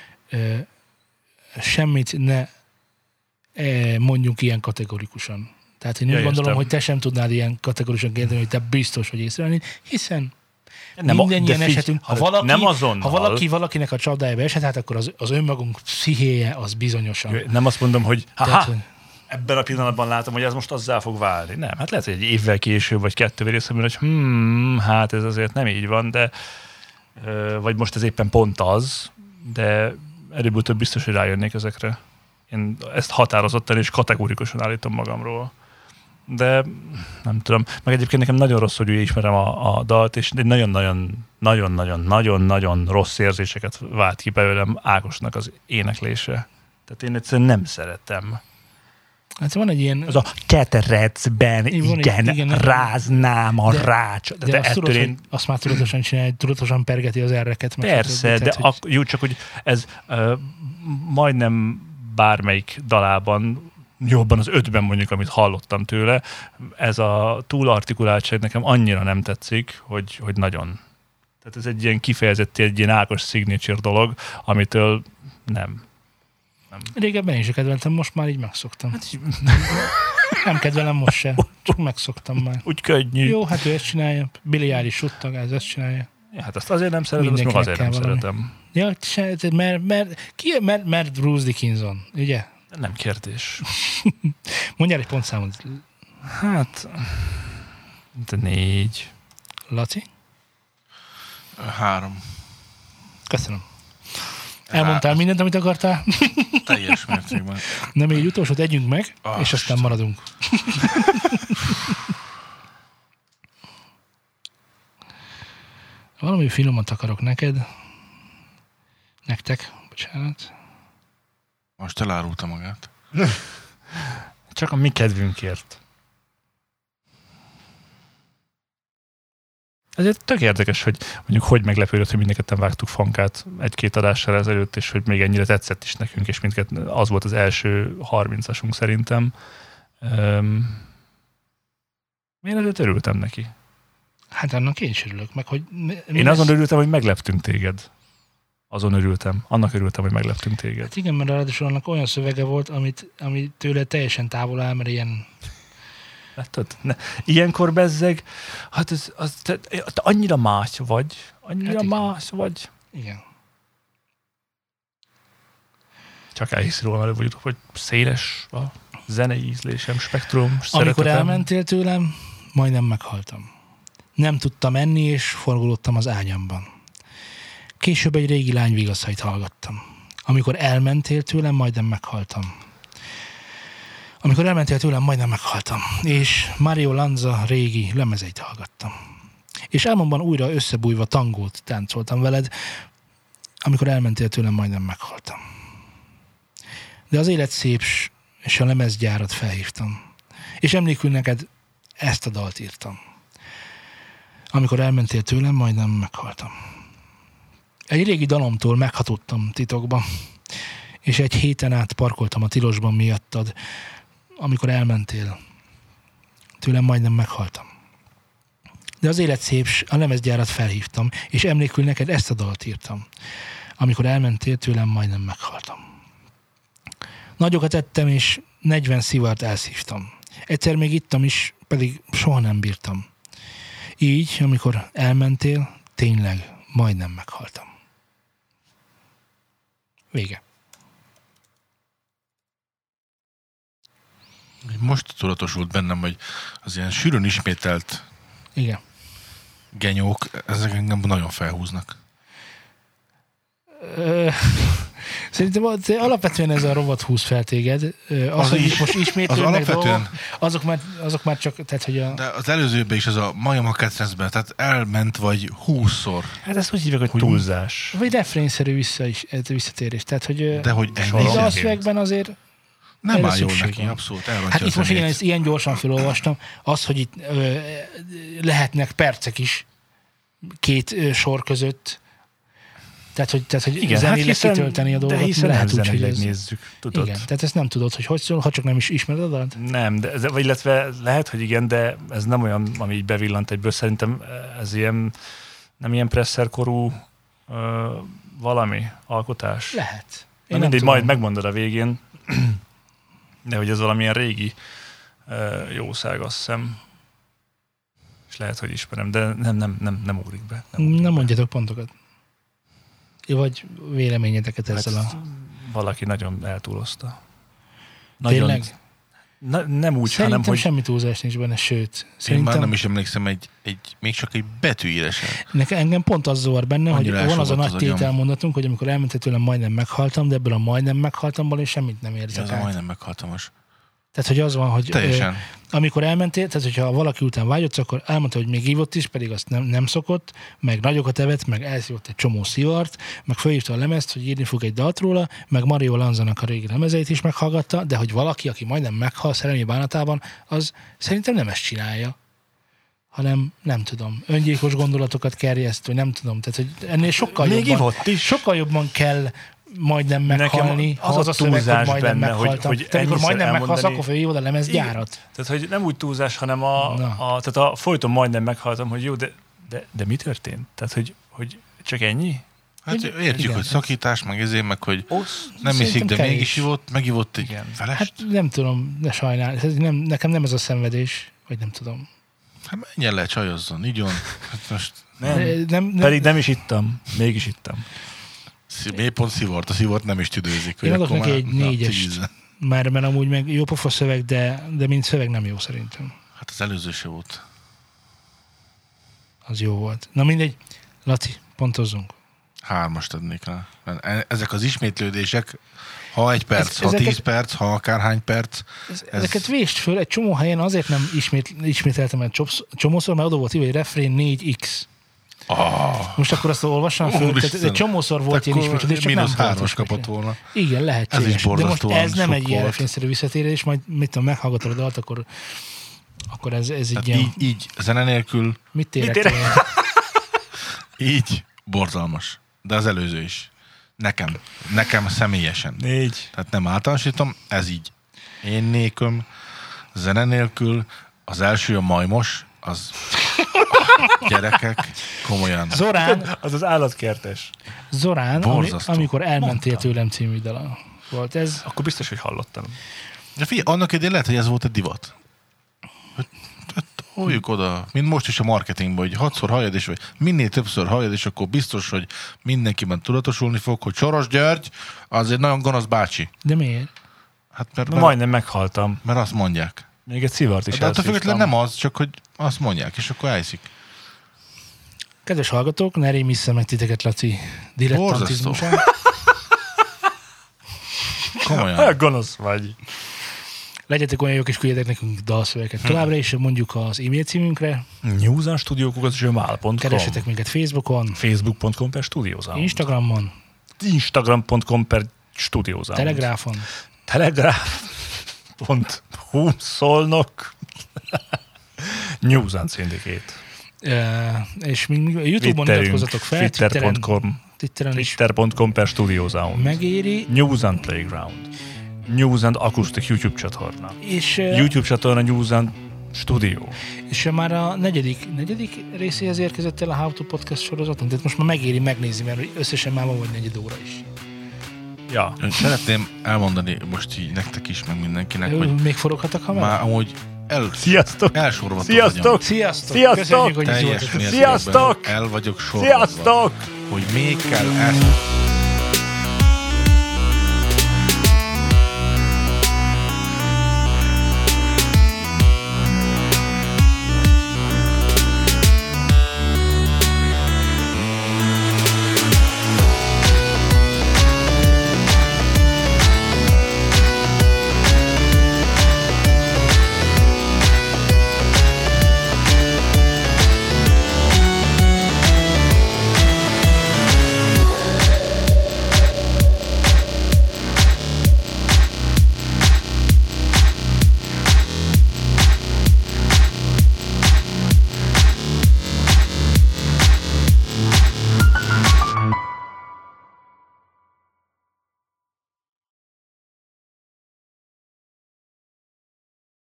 semmit ne mondjunk ilyen kategorikusan. Tehát én úgy gondolom, hogy te sem tudnád ilyen kategorikusan kérdeni, hogy te biztos, hogy észrevenni, hiszen mindennyian esetünk. Ha valaki valakinek a csapdájába esett, hát akkor az önmagunk pszichéje az bizonyosan. Nem azt mondom, hogy ebben a pillanatban látom, hogy ez most azzá fog válni. Nem, hát lehet, hogy egy évvel később, vagy 2 részemben, hogy hát ez azért nem így van, de vagy most ez éppen pont az, de előbb-utóbb biztos, hogy rájönnék ezekre. Én ezt határozottan és kategórikusan állítom magamról. De nem tudom. Meg egyébként nekem nagyon rossz, hogy ismerem a dalt, és nagyon-nagyon rossz érzéseket vált ki belőlem Ákosnak az éneklése. Tehát én egyszerűen nem szeretem. Hát van egy ilyen... Az a ketrecben, igen, ráznám a rácsot. De azt már tudatosan csinálja, tudatosan pergeti az erreket. Persze, de jó, csak hogy ez majdnem bármelyik dalában, jobban az 5-ben mondjuk, amit hallottam tőle, ez a túlartikuláltság nekem annyira nem tetszik, hogy nagyon. Tehát ez egy ilyen kifejezetten egy ilyen Ákos signature dolog, amitől nem. Régebben én is kedveltem, most már így megszoktam. Hát, nem kedvelem most sem, csak megszoktam már. Úgy könnyű. Jó, hát ő ezt csinálja. Billy Eilish suttag, ezt csinálja. Ja, hát azt azért nem szeretem, azt meg azért nem szeretem. Ja, mert Bruce Dickinson, ugye? Nem kérdés. Mondjál egy pontszámot. Hát, 4. Laci? 3. Köszönöm. Elmondtál mindent, amit akartál? Teljes mértékben. Nem, még utolsót együnk meg, és aztán maradunk. Valami finomat akarok neked. Nektek, bocsánat. Most elárulta magát. Csak a mi kedvünkért. Ezért tök érdekes, hogy mondjuk hogy meglepődött, hogy mindketten vágtuk Fankát egy-két adással ezelőtt, és hogy még ennyire tetszett is nekünk, és mindketten az volt az első 30-asunk szerintem. Én ezért örültem neki. Hát annak én is örülök, meg hogy... Én azon örültem, hogy megleptünk téged. Azon örültem. Annak örültem, hogy megleptünk téged. Hát igen, mert ráadásul annak olyan szövege volt, ami tőle teljesen távol áll, mert ilyen... Látod? Ilyenkor bezzeg, hát te annyira más vagy. Annyira más vagy. Igen. Csak elhiszi róla, hogy széles a zenei ízlésem, spektrum, Amikor elmentél tőlem, majdnem meghaltam. Nem tudtam enni, és forgolódtam az ágyamban. Később egy régi lány vigaszait hallgattam. Amikor elmentél tőlem, majdnem meghaltam. Amikor elmentél tőlem, majdnem meghaltam. És Mario Lanza régi lemezeit hallgattam. És álmomban újra összebújva tangót táncoltam veled. Amikor elmentél tőlem, majdnem meghaltam. De az élet szép, és a lemezgyárat felhívtam. És emlékül neked ezt a dalt írtam. Amikor elmentél tőlem, majdnem meghaltam. Egy régi dalomtól meghatottam titokban, és egy héten át parkoltam a tilosban miattad. Amikor elmentél tőlem, majdnem meghaltam. De az élet szép, a lemezgyárat felhívtam, és emlékül neked ezt a dalt írtam. Amikor elmentél tőlem, majdnem meghaltam. Nagyokat ettem, és 40 szivart elszívtam. Egyszer még ittam is, pedig soha nem bírtam. Így, amikor elmentél, tényleg majdnem meghaltam. Vége. Most tudatosult bennem, hogy az ilyen sűrűn ismételt Igen. genyók, ezek engem nagyon felhúznak. Szerintem alapvetően ez a robot húz fel téged. Az, hogy is, most ismétlődnek dolgok, azok már csak, tehát hogy De az előzőben is ez a majom a ketrecben, tehát elment vagy 20-szor. Hát ezt úgy hívják, hogy túlzás. Vagy refrényszerű visszatérés. Tehát, hogy de hogy a szövegben azért nem áll jól szükség neki, van. abszolút elrontja hát itt a most igen, zenét. ezt ilyen gyorsan felolvastam, az, hogy itt lehetnek percek is két sor között, tehát hogy Igen, zenéleg kitölteni a dolgot. De hiszen lehet úgy, hogy zeneileg ez... nézzük, tudod? Igen, tehát ezt nem tudod, hogy szól, ha csak nem is ismered a dalt? Nem, vagy illetve lehet, hogy igen, de ez nem olyan, ami így bevillant egyből. Szerintem ez ilyen, nem ilyen presszerkorú valami alkotás. Lehet. Na mindegy, majd megmondod a végén, de hogy ez valamilyen régi jószág, azt hiszem. És lehet, hogy ismerem, de nem ugrik be. Nem mondjatok pontokat. Vagy véleményedeket ezzel a... Valaki nagyon eltúlozta. Tényleg? Nem úgy, szerintem hanem, hogy... semmi túlzás nincs benne, sőt. Én már nem is emlékszem még csak egy betűire sem. Engem pont az zavar benne, annyira hogy van az a nagy az agyam. tételmondatunk, hogy amikor elmentél tőlem, majdnem meghaltam, de ebből a majdnem meghaltamból én semmit nem érzek Ez át. a majdnem meghaltamos. Tehát, hogy az van, hogy Teljesen. amikor elmentél, tehát hogyha valaki után vágyott, akkor elmondta, hogy még ívott is, pedig azt nem szokott, meg nagyokat evett, meg elszívott egy csomó szivart, meg felhívta a lemezt, hogy írni fog egy dalt róla, meg Mario Lanzának a régi lemezeit is meghallgatta, de hogy valaki, aki majdnem meghal szerelmi bánatában, az szerintem nem ezt csinálja, hanem nem tudom, öngyilkos gondolatokat kerjeszt, vagy nem tudom, tehát hogy ennél sokkal jobban kell majdnem meghalni, az a szöveg, hogy majdnem meghaltam. Te amikor majdnem meghalsz, akkor felhívod a lemezgyárat. Tehát, hogy nem úgy túlzás, hanem tehát folyton majdnem meghaltam, hogy jó, de mi történt? Tehát, hogy csak ennyi? Hát értjük, igen, hogy szakítás, meg ezért, meg hogy nem Szerintem iszik, de kevés. mégis ivott, megivott egy felest. Hát nem tudom, de sajnálom. Nekem nem ez a szenvedés, vagy nem tudom. Hát menjen le, csajozzon, igyon. Hát most Nem. Pedig nem is ittam, mégis ittam. mélypont szivart, a szivart nem is tüdőzik. Én adok akkor neki már- egy na, 4-est, cigizzen. mert amúgy meg jó pofa szöveg, de mint szöveg nem jó szerintem. Hát az előző se volt. Az jó volt. Na mindegy, Laci, pontozzunk. 3-ast adnék rá. Mert ezek az ismétlődések, ha 1 perc, ha ezeket- 10 perc, ha akárhány perc. Ezeket vést föl, egy csomó helyen azért nem ismételtem el csomószor, mert oda volt írva, hogy refrén 4x. Most akkor azt olvassam föl, tehát egy csomószor volt ilyen ismétlődés, csak nem mínusz volt 3-as ismétlés. kapott volna. Igen, lehetséges. Ez is de most borzasztóan ez nem egy sok ilyen volt. refrénszerű visszatérés, majd mit tudom, meghallgatod a dalt, akkor ez egy Tehát ilyen... így zene nélkül Mit érek érek? tőle? Így borzalmas. De az előző is. Nekem személyesen. 4. Tehát nem általánosítom, ez így. Én néköm, zene nélkül, az első a majmos, az gyerekek, komolyan. Zorán, Az az állatkertes. Zorán Borzasztó. amikor elmentél tőlem című dala volt ez. Akkor biztos, hogy hallottam. De figyelj, annak idején lehet, hogy ez volt a divat. Halljuk oda, mint most is a marketingben, hogy 6-szor halljad, és vagy minél többször halljad, és akkor biztos, hogy mindenkiben tudatosulni fog, hogy Soros György az egy nagyon gonosz bácsi. De miért? Hát Majdnem meghaltam. mert azt mondják. Még egy szivart is De attól függetlenül elszívtam. nem az, csak hogy azt mondják, és akkor elhiszik. Kedves hallgatók, ne rémisszel meg titeket Laci dilettantizmusán. Komolyan. Gonosz vagy. Legyetek olyan jók, és küldjetek nekünk dalszövegeket. Továbbra is mondjuk az e-mail címünkre. newsanstudiókukat.gmail.com Keressetek minket Facebookon, facebook.com/studiózám. Instagramon, instagram.com/studiózám. Telegráfon. Telegraph.hu Szolnok. Newsan Syndicate. És még a YouTube-on iratkozzatok fel, Twitteren is Twitter.com/studiózám. megéri. News and Playground. News and Acoustic YouTube csatorna. És, YouTube csatorna News and Studio. és már a negyedik részéhez érkezett el a How to Podcast sorozaton, tehát most már megéri megnézni, mert összesen már van vagy 4 óra is. Ja. Szeretném elmondani most így nektek is, meg mindenkinek, hogy Még foroghatok, ha már amúgy Sziasztok! elsorvadt Sziasztok! Sziasztok! Sziasztok! Köszönjük, hogy itt teljes voltatok. mértékben Sziasztok! el vagyok sorvadva, Sziasztok! hogy még kell ezt